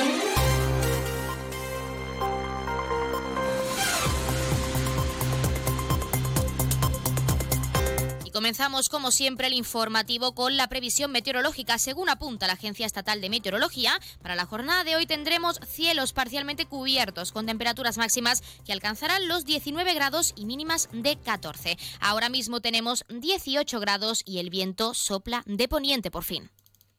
Comenzamos, como siempre, el informativo con la previsión meteorológica. Según apunta la Agencia Estatal de Meteorología, para la jornada de hoy tendremos cielos parcialmente cubiertos, con temperaturas máximas que alcanzarán los 19 grados y mínimas de 14. Ahora mismo tenemos 18 grados y el viento sopla de poniente por fin.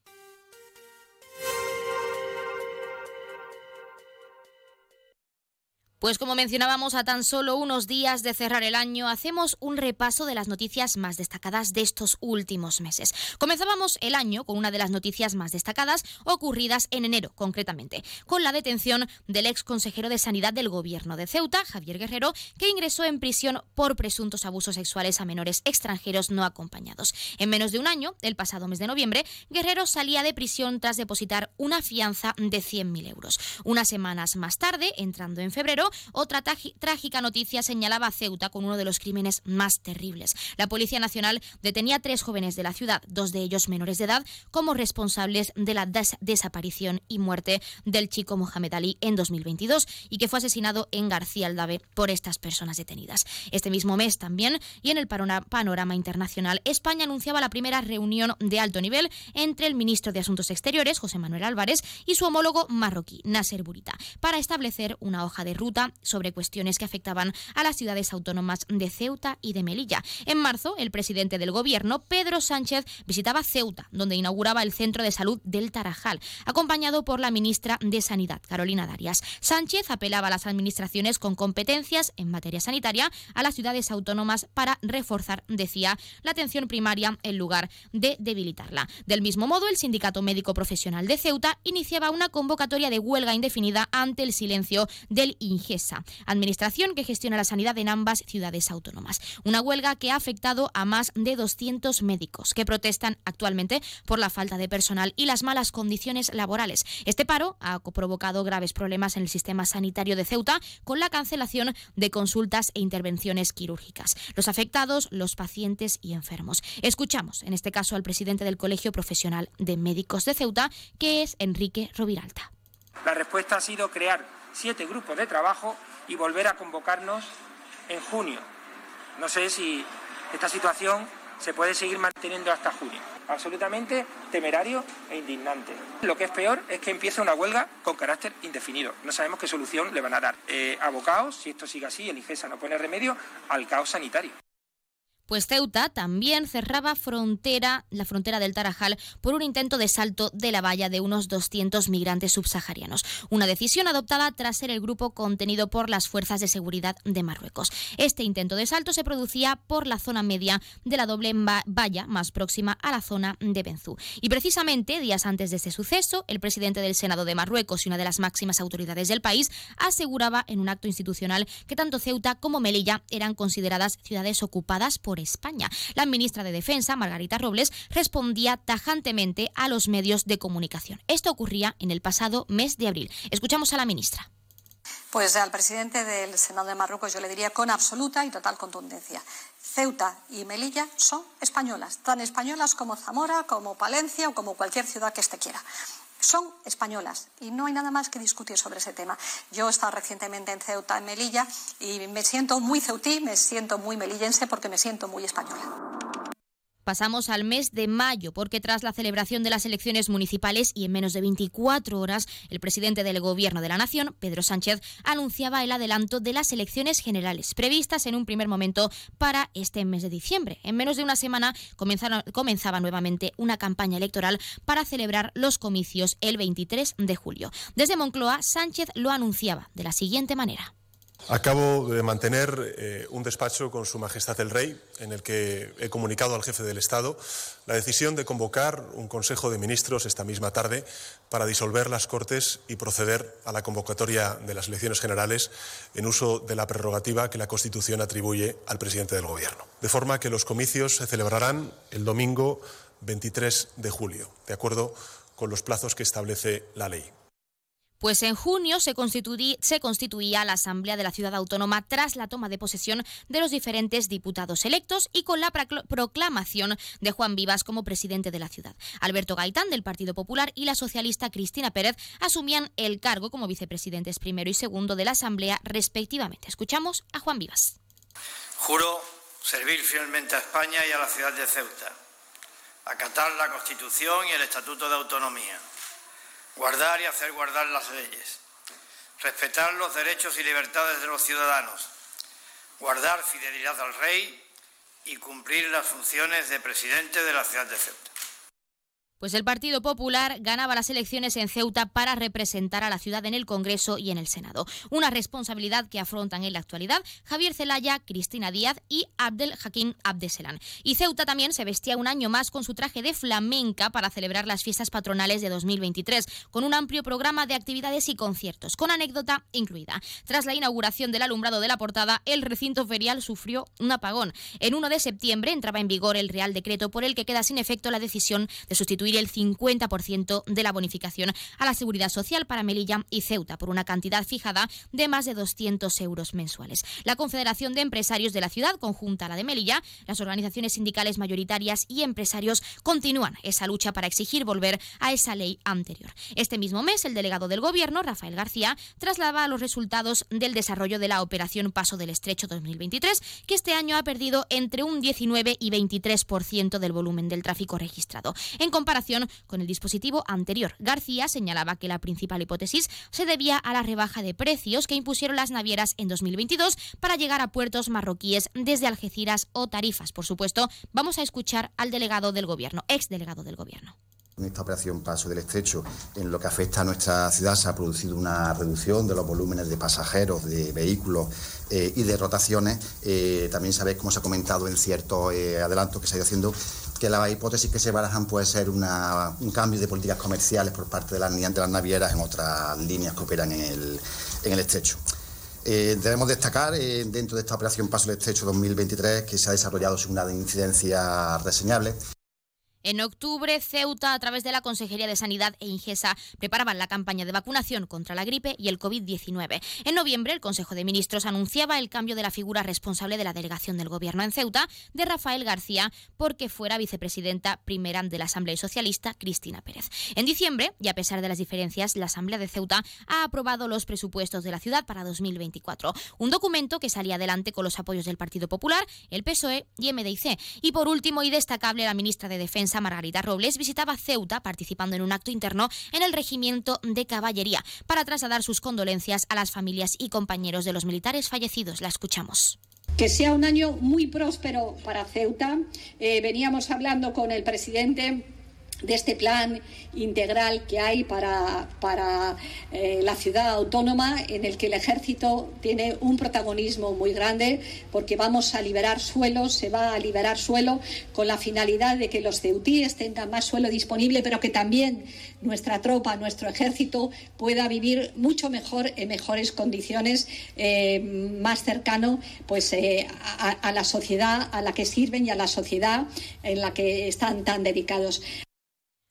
Pues como mencionábamos, a tan solo unos días de cerrar el año, hacemos un repaso de las noticias más destacadas de estos últimos meses. Comenzábamos el año con una de las noticias más destacadas ocurridas en enero, concretamente, con la detención del ex consejero de Sanidad del Gobierno de Ceuta, Javier Guerrero, que ingresó en prisión por presuntos abusos sexuales a menores extranjeros no acompañados. En menos de un año, el pasado mes de noviembre, Guerrero salía de prisión tras depositar una fianza de 100.000 euros. Unas semanas más tarde, entrando en febrero, otra trágica noticia señalaba a Ceuta con uno de los crímenes más terribles. La Policía Nacional detenía a 3 jóvenes de la ciudad, 2 de ellos menores de edad, como responsables de la desaparición y muerte del chico Mohamed Ali en 2022 y que fue asesinado en García Aldave por estas personas detenidas. Este mismo mes también, y en el panorama internacional, España anunciaba la primera reunión de alto nivel entre el ministro de Asuntos Exteriores, José Manuel Álvarez, y su homólogo marroquí, Nasser Bourita, para establecer una hoja de ruta sobre cuestiones que afectaban a las ciudades autónomas de Ceuta y de Melilla. En marzo, el presidente del gobierno, Pedro Sánchez, visitaba Ceuta, donde inauguraba el Centro de Salud del Tarajal, acompañado por la ministra de Sanidad, Carolina Darias. Sánchez apelaba a las administraciones con competencias en materia sanitaria a las ciudades autónomas para reforzar, decía, la atención primaria en lugar de debilitarla. Del mismo modo, el Sindicato Médico Profesional de Ceuta iniciaba una convocatoria de huelga indefinida ante el silencio del INGESA, administración que gestiona la sanidad en ambas ciudades autónomas. Una huelga que ha afectado a más de 200 médicos que protestan actualmente por la falta de personal y las malas condiciones laborales. Este paro ha provocado graves problemas en el sistema sanitario de Ceuta, con la cancelación de consultas e intervenciones quirúrgicas. Los afectados, los pacientes y enfermos. Escuchamos, en este caso, al presidente del Colegio Profesional de Médicos de Ceuta, que es Enrique Roviralta. La respuesta ha sido crear 7 grupos de trabajo y volver a convocarnos en junio. No sé si esta situación se puede seguir manteniendo hasta junio. Absolutamente temerario e indignante. Lo que es peor es que empiece una huelga con carácter indefinido. No sabemos qué solución le van a dar. Abocados, si esto sigue así, el IGESA no pone remedio al caos sanitario. Pues Ceuta también cerraba la frontera del Tarajal por un intento de salto de la valla de unos 200 migrantes subsaharianos. Una decisión adoptada tras ser el grupo contenido por las fuerzas de seguridad de Marruecos. Este intento de salto se producía por la zona media de la doble valla más próxima a la zona de Benzú. Y precisamente días antes de este suceso, el presidente del Senado de Marruecos y una de las máximas autoridades del país aseguraba en un acto institucional que tanto Ceuta como Melilla eran consideradas ciudades ocupadas por España. La ministra de Defensa, Margarita Robles, respondía tajantemente a los medios de comunicación. Esto ocurría en el pasado mes de abril. Escuchamos a la ministra. Pues al presidente del Senado de Marruecos yo le diría con absoluta y total contundencia: Ceuta y Melilla son españolas, tan españolas como Zamora, como Palencia o como cualquier ciudad que éste quiera. son españolas y no hay nada más que discutir sobre ese tema. Yo he estado recientemente en Ceuta, en Melilla, y me siento muy ceutí, me siento muy melillense porque me siento muy española. Pasamos al mes de mayo, porque tras la celebración de las elecciones municipales y en menos de 24 horas, el presidente del Gobierno de la Nación, Pedro Sánchez, anunciaba el adelanto de las elecciones generales, previstas en un primer momento para este mes de diciembre. En menos de una semana comenzaba nuevamente una campaña electoral para celebrar los comicios el 23 de julio. Desde Moncloa, Sánchez lo anunciaba de la siguiente manera. Acabo de mantener un despacho con Su Majestad el Rey, en el que he comunicado al jefe del Estado la decisión de convocar un Consejo de Ministros esta misma tarde para disolver las Cortes y proceder a la convocatoria de las elecciones generales en uso de la prerrogativa que la Constitución atribuye al presidente del Gobierno. De forma que los comicios se celebrarán el domingo 23 de julio, de acuerdo con los plazos que establece la ley. Pues en junio se constituía la Asamblea de la Ciudad Autónoma tras la toma de posesión de los diferentes diputados electos y con la proclamación de Juan Vivas como presidente de la ciudad. Alberto Gaitán, del Partido Popular, y la socialista Cristina Pérez asumían el cargo como vicepresidentes primero y segundo de la Asamblea, respectivamente. Escuchamos a Juan Vivas. Juro servir fielmente a España y a la ciudad de Ceuta, acatar la Constitución y el Estatuto de Autonomía, guardar y hacer guardar las leyes, respetar los derechos y libertades de los ciudadanos, guardar fidelidad al Rey y cumplir las funciones de presidente de la ciudad de Ceuta. Pues el Partido Popular ganaba las elecciones en Ceuta para representar a la ciudad en el Congreso y en el Senado. Una responsabilidad que afrontan en la actualidad Javier Zelaya, Cristina Díaz y Abdel Hakim Abdeselan. Y Ceuta también se vestía un año más con su traje de flamenca para celebrar las fiestas patronales de 2023, con un amplio programa de actividades y conciertos, con anécdota incluida. Tras la inauguración del alumbrado de la portada, el recinto ferial sufrió un apagón. En 1 de septiembre entraba en vigor el Real Decreto por el que queda sin efecto la decisión de sustituir el 50% de la bonificación a la Seguridad Social para Melilla y Ceuta por una cantidad fijada de más de 200 euros mensuales. La Confederación de Empresarios de la ciudad, conjunta a la de Melilla, las organizaciones sindicales mayoritarias y empresarios continúan esa lucha para exigir volver a esa ley anterior. Este mismo mes, el delegado del Gobierno, Rafael García, trasladaba los resultados del desarrollo de la Operación Paso del Estrecho 2023, que este año ha perdido entre un 19 y 23% del volumen del tráfico registrado. En comparación con el dispositivo anterior, García señalaba que la principal hipótesis se debía a la rebaja de precios que impusieron las navieras en 2022 para llegar a puertos marroquíes desde Algeciras o Tarifas. Por supuesto, vamos a escuchar al delegado del Gobierno, exdelegado del Gobierno. En esta operación Paso del Estrecho, en lo que afecta a nuestra ciudad, se ha producido una reducción de los volúmenes de pasajeros, de vehículos y de rotaciones. También sabéis, como se ha comentado en ciertos adelantos que se ha ido haciendo, que las hipótesis que se barajan puede ser un cambio de políticas comerciales por parte de las navieras en otras líneas que operan en el estrecho. Debemos destacar, dentro de esta operación Paso del Estrecho 2023, que se ha desarrollado sin una incidencia reseñable. En octubre, Ceuta, a través de la Consejería de Sanidad e Ingesa, preparaban la campaña de vacunación contra la gripe y el COVID-19. En noviembre, el Consejo de Ministros anunciaba el cambio de la figura responsable de la delegación del Gobierno en Ceuta, de Rafael García, porque fuera vicepresidenta primera de la Asamblea Socialista, Cristina Pérez. En diciembre, y a pesar de las diferencias, la Asamblea de Ceuta ha aprobado los presupuestos de la ciudad para 2024, un documento que salía adelante con los apoyos del Partido Popular, el PSOE y MDIC. Y por último, y destacable, la ministra de Defensa, Margarita Robles, visitaba Ceuta participando en un acto interno en el Regimiento de Caballería para trasladar sus condolencias a las familias y compañeros de los militares fallecidos. La escuchamos. Que sea un año muy próspero para Ceuta. Veníamos hablando con el presidente de este plan integral que hay para la ciudad autónoma, en el que el ejército tiene un protagonismo muy grande, porque vamos a liberar suelo, se va a liberar suelo con la finalidad de que los ceutíes tengan más suelo disponible, pero que también nuestra tropa, nuestro ejército pueda vivir mucho mejor, en mejores condiciones, más cercano pues a la sociedad a la que sirven y a la sociedad en la que están tan dedicados.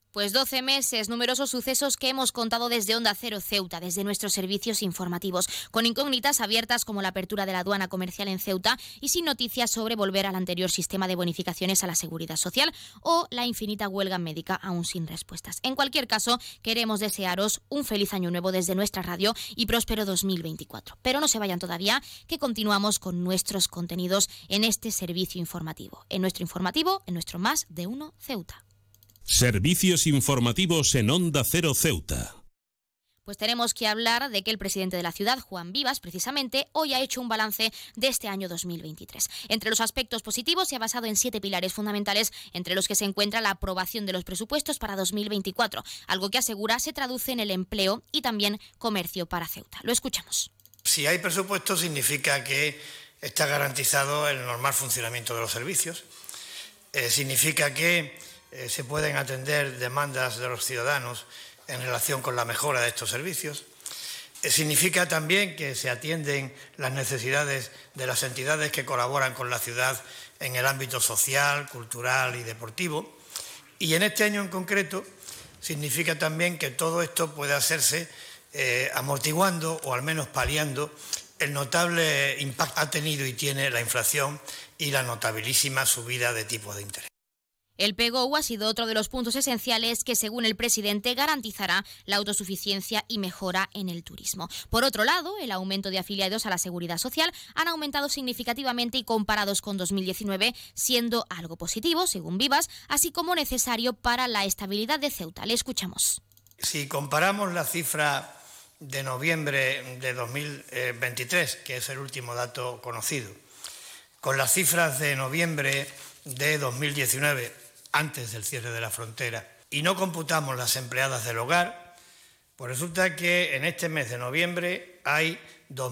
Pues 12 meses, numerosos sucesos que hemos contado desde Onda Cero Ceuta, desde nuestros servicios informativos, con incógnitas abiertas como la apertura de la aduana comercial en Ceuta y sin noticias sobre volver al anterior sistema de bonificaciones a la Seguridad Social o la infinita huelga médica aún sin respuestas. En cualquier caso, queremos desearos un feliz año nuevo desde nuestra radio y próspero 2024. Pero no se vayan todavía, que continuamos con nuestros contenidos en este servicio informativo. En nuestro informativo, en nuestro Más de Uno Ceuta. Servicios informativos en Onda Cero Ceuta. Pues tenemos que hablar de que el presidente de la ciudad, Juan Vivas, precisamente, hoy ha hecho un balance de este año 2023. Entre los aspectos positivos se ha basado en 7 pilares fundamentales, entre los que se encuentra la aprobación de los presupuestos para 2024, algo que asegura se traduce en el empleo y también comercio para Ceuta. Lo escuchamos. Si hay presupuesto significa que está garantizado el normal funcionamiento de los servicios, significa que se pueden atender demandas de los ciudadanos en relación con la mejora de estos servicios. Significa también que se atienden las necesidades de las entidades que colaboran con la ciudad en el ámbito social, cultural y deportivo. Y en este año en concreto significa también que todo esto puede hacerse amortiguando o al menos paliando el notable impacto que ha tenido y tiene la inflación y la notabilísima subida de tipos de interés. El PGOU ha sido otro de los puntos esenciales que, según el presidente, garantizará la autosuficiencia y mejora en el turismo. Por otro lado, el aumento de afiliados a la Seguridad Social han aumentado significativamente y comparados con 2019, siendo algo positivo, según Vivas, así como necesario para la estabilidad de Ceuta. Le escuchamos. Si comparamos la cifra de noviembre de 2023, que es el último dato conocido, con las cifras de noviembre de 2019, antes del cierre de la frontera, y no computamos las empleadas del hogar, pues resulta que en este mes de noviembre hay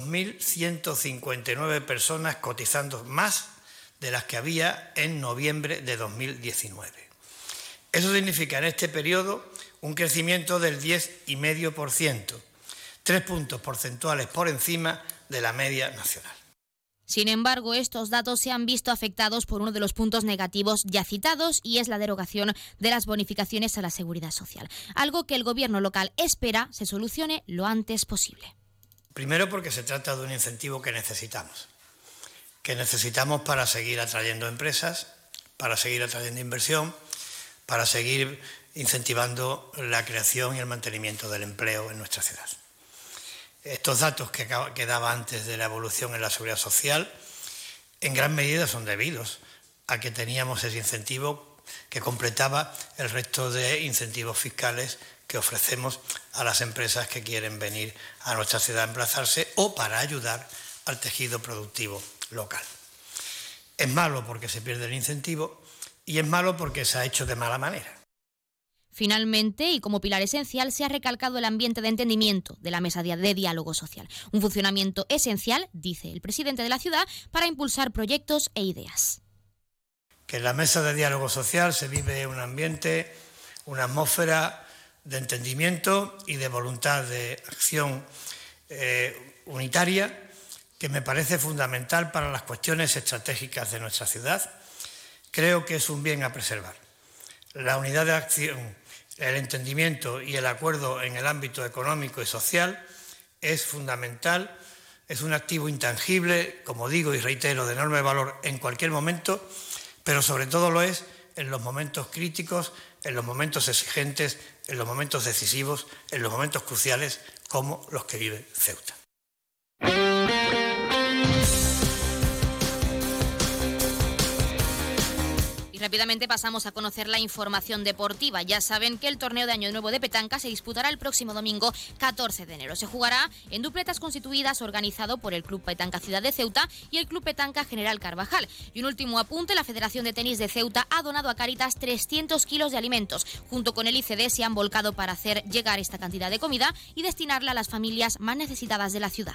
2.159 personas cotizando más de las que había en noviembre de 2019. Eso significa en este periodo un crecimiento del 10,5%, 3 puntos porcentuales por encima de la media nacional. Sin embargo, estos datos se han visto afectados por uno de los puntos negativos ya citados y es la derogación de las bonificaciones a la Seguridad Social, algo que el gobierno local espera se solucione lo antes posible. Primero porque se trata de un incentivo que necesitamos para seguir atrayendo empresas, para seguir atrayendo inversión, para seguir incentivando la creación y el mantenimiento del empleo en nuestra ciudad. Estos datos que daba antes de la evolución en la seguridad social en gran medida son debidos a que teníamos ese incentivo que completaba el resto de incentivos fiscales que ofrecemos a las empresas que quieren venir a nuestra ciudad a emplazarse o para ayudar al tejido productivo local. Es malo porque se pierde el incentivo y es malo porque se ha hecho de mala manera. Finalmente, y como pilar esencial, se ha recalcado el ambiente de entendimiento de la mesa de diálogo social. Un funcionamiento esencial, dice el presidente de la ciudad, para impulsar proyectos e ideas. Que en la mesa de diálogo social se vive un ambiente, una atmósfera de entendimiento y de voluntad de acción unitaria que me parece fundamental para las cuestiones estratégicas de nuestra ciudad. Creo que es un bien a preservar. La unidad de acción, el entendimiento y el acuerdo en el ámbito económico y social es fundamental, es un activo intangible, como digo y reitero, de enorme valor en cualquier momento, pero sobre todo lo es en los momentos críticos, en los momentos exigentes, en los momentos decisivos, en los momentos cruciales como los que vive Ceuta. Y rápidamente pasamos a conocer la información deportiva. Ya saben que el torneo de Año Nuevo de petanca se disputará el próximo domingo 14 de enero. Se jugará en dupletas constituidas organizado por el Club Petanca Ciudad de Ceuta y el Club Petanca General Carvajal. Y un último apunte, la Federación de Tenis de Ceuta ha donado a Cáritas 300 kilos de alimentos. Junto con el ICD se han volcado para hacer llegar esta cantidad de comida y destinarla a las familias más necesitadas de la ciudad.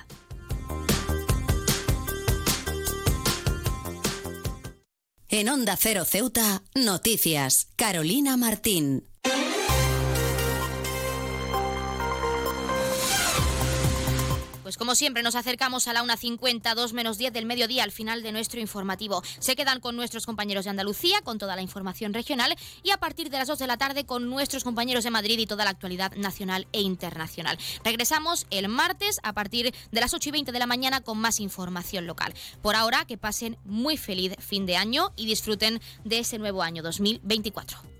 En Onda Cero Ceuta, noticias. Carolina Martín. Pues como siempre nos acercamos a la 1:50, 2 menos 10 del mediodía, al final de nuestro informativo. Se quedan con nuestros compañeros de Andalucía con toda la información regional y a partir de las 2 de la tarde con nuestros compañeros de Madrid y toda la actualidad nacional e internacional. Regresamos el martes a partir de las 8:20 de la mañana con más información local. Por ahora, que pasen muy feliz fin de año y disfruten de ese nuevo año 2024.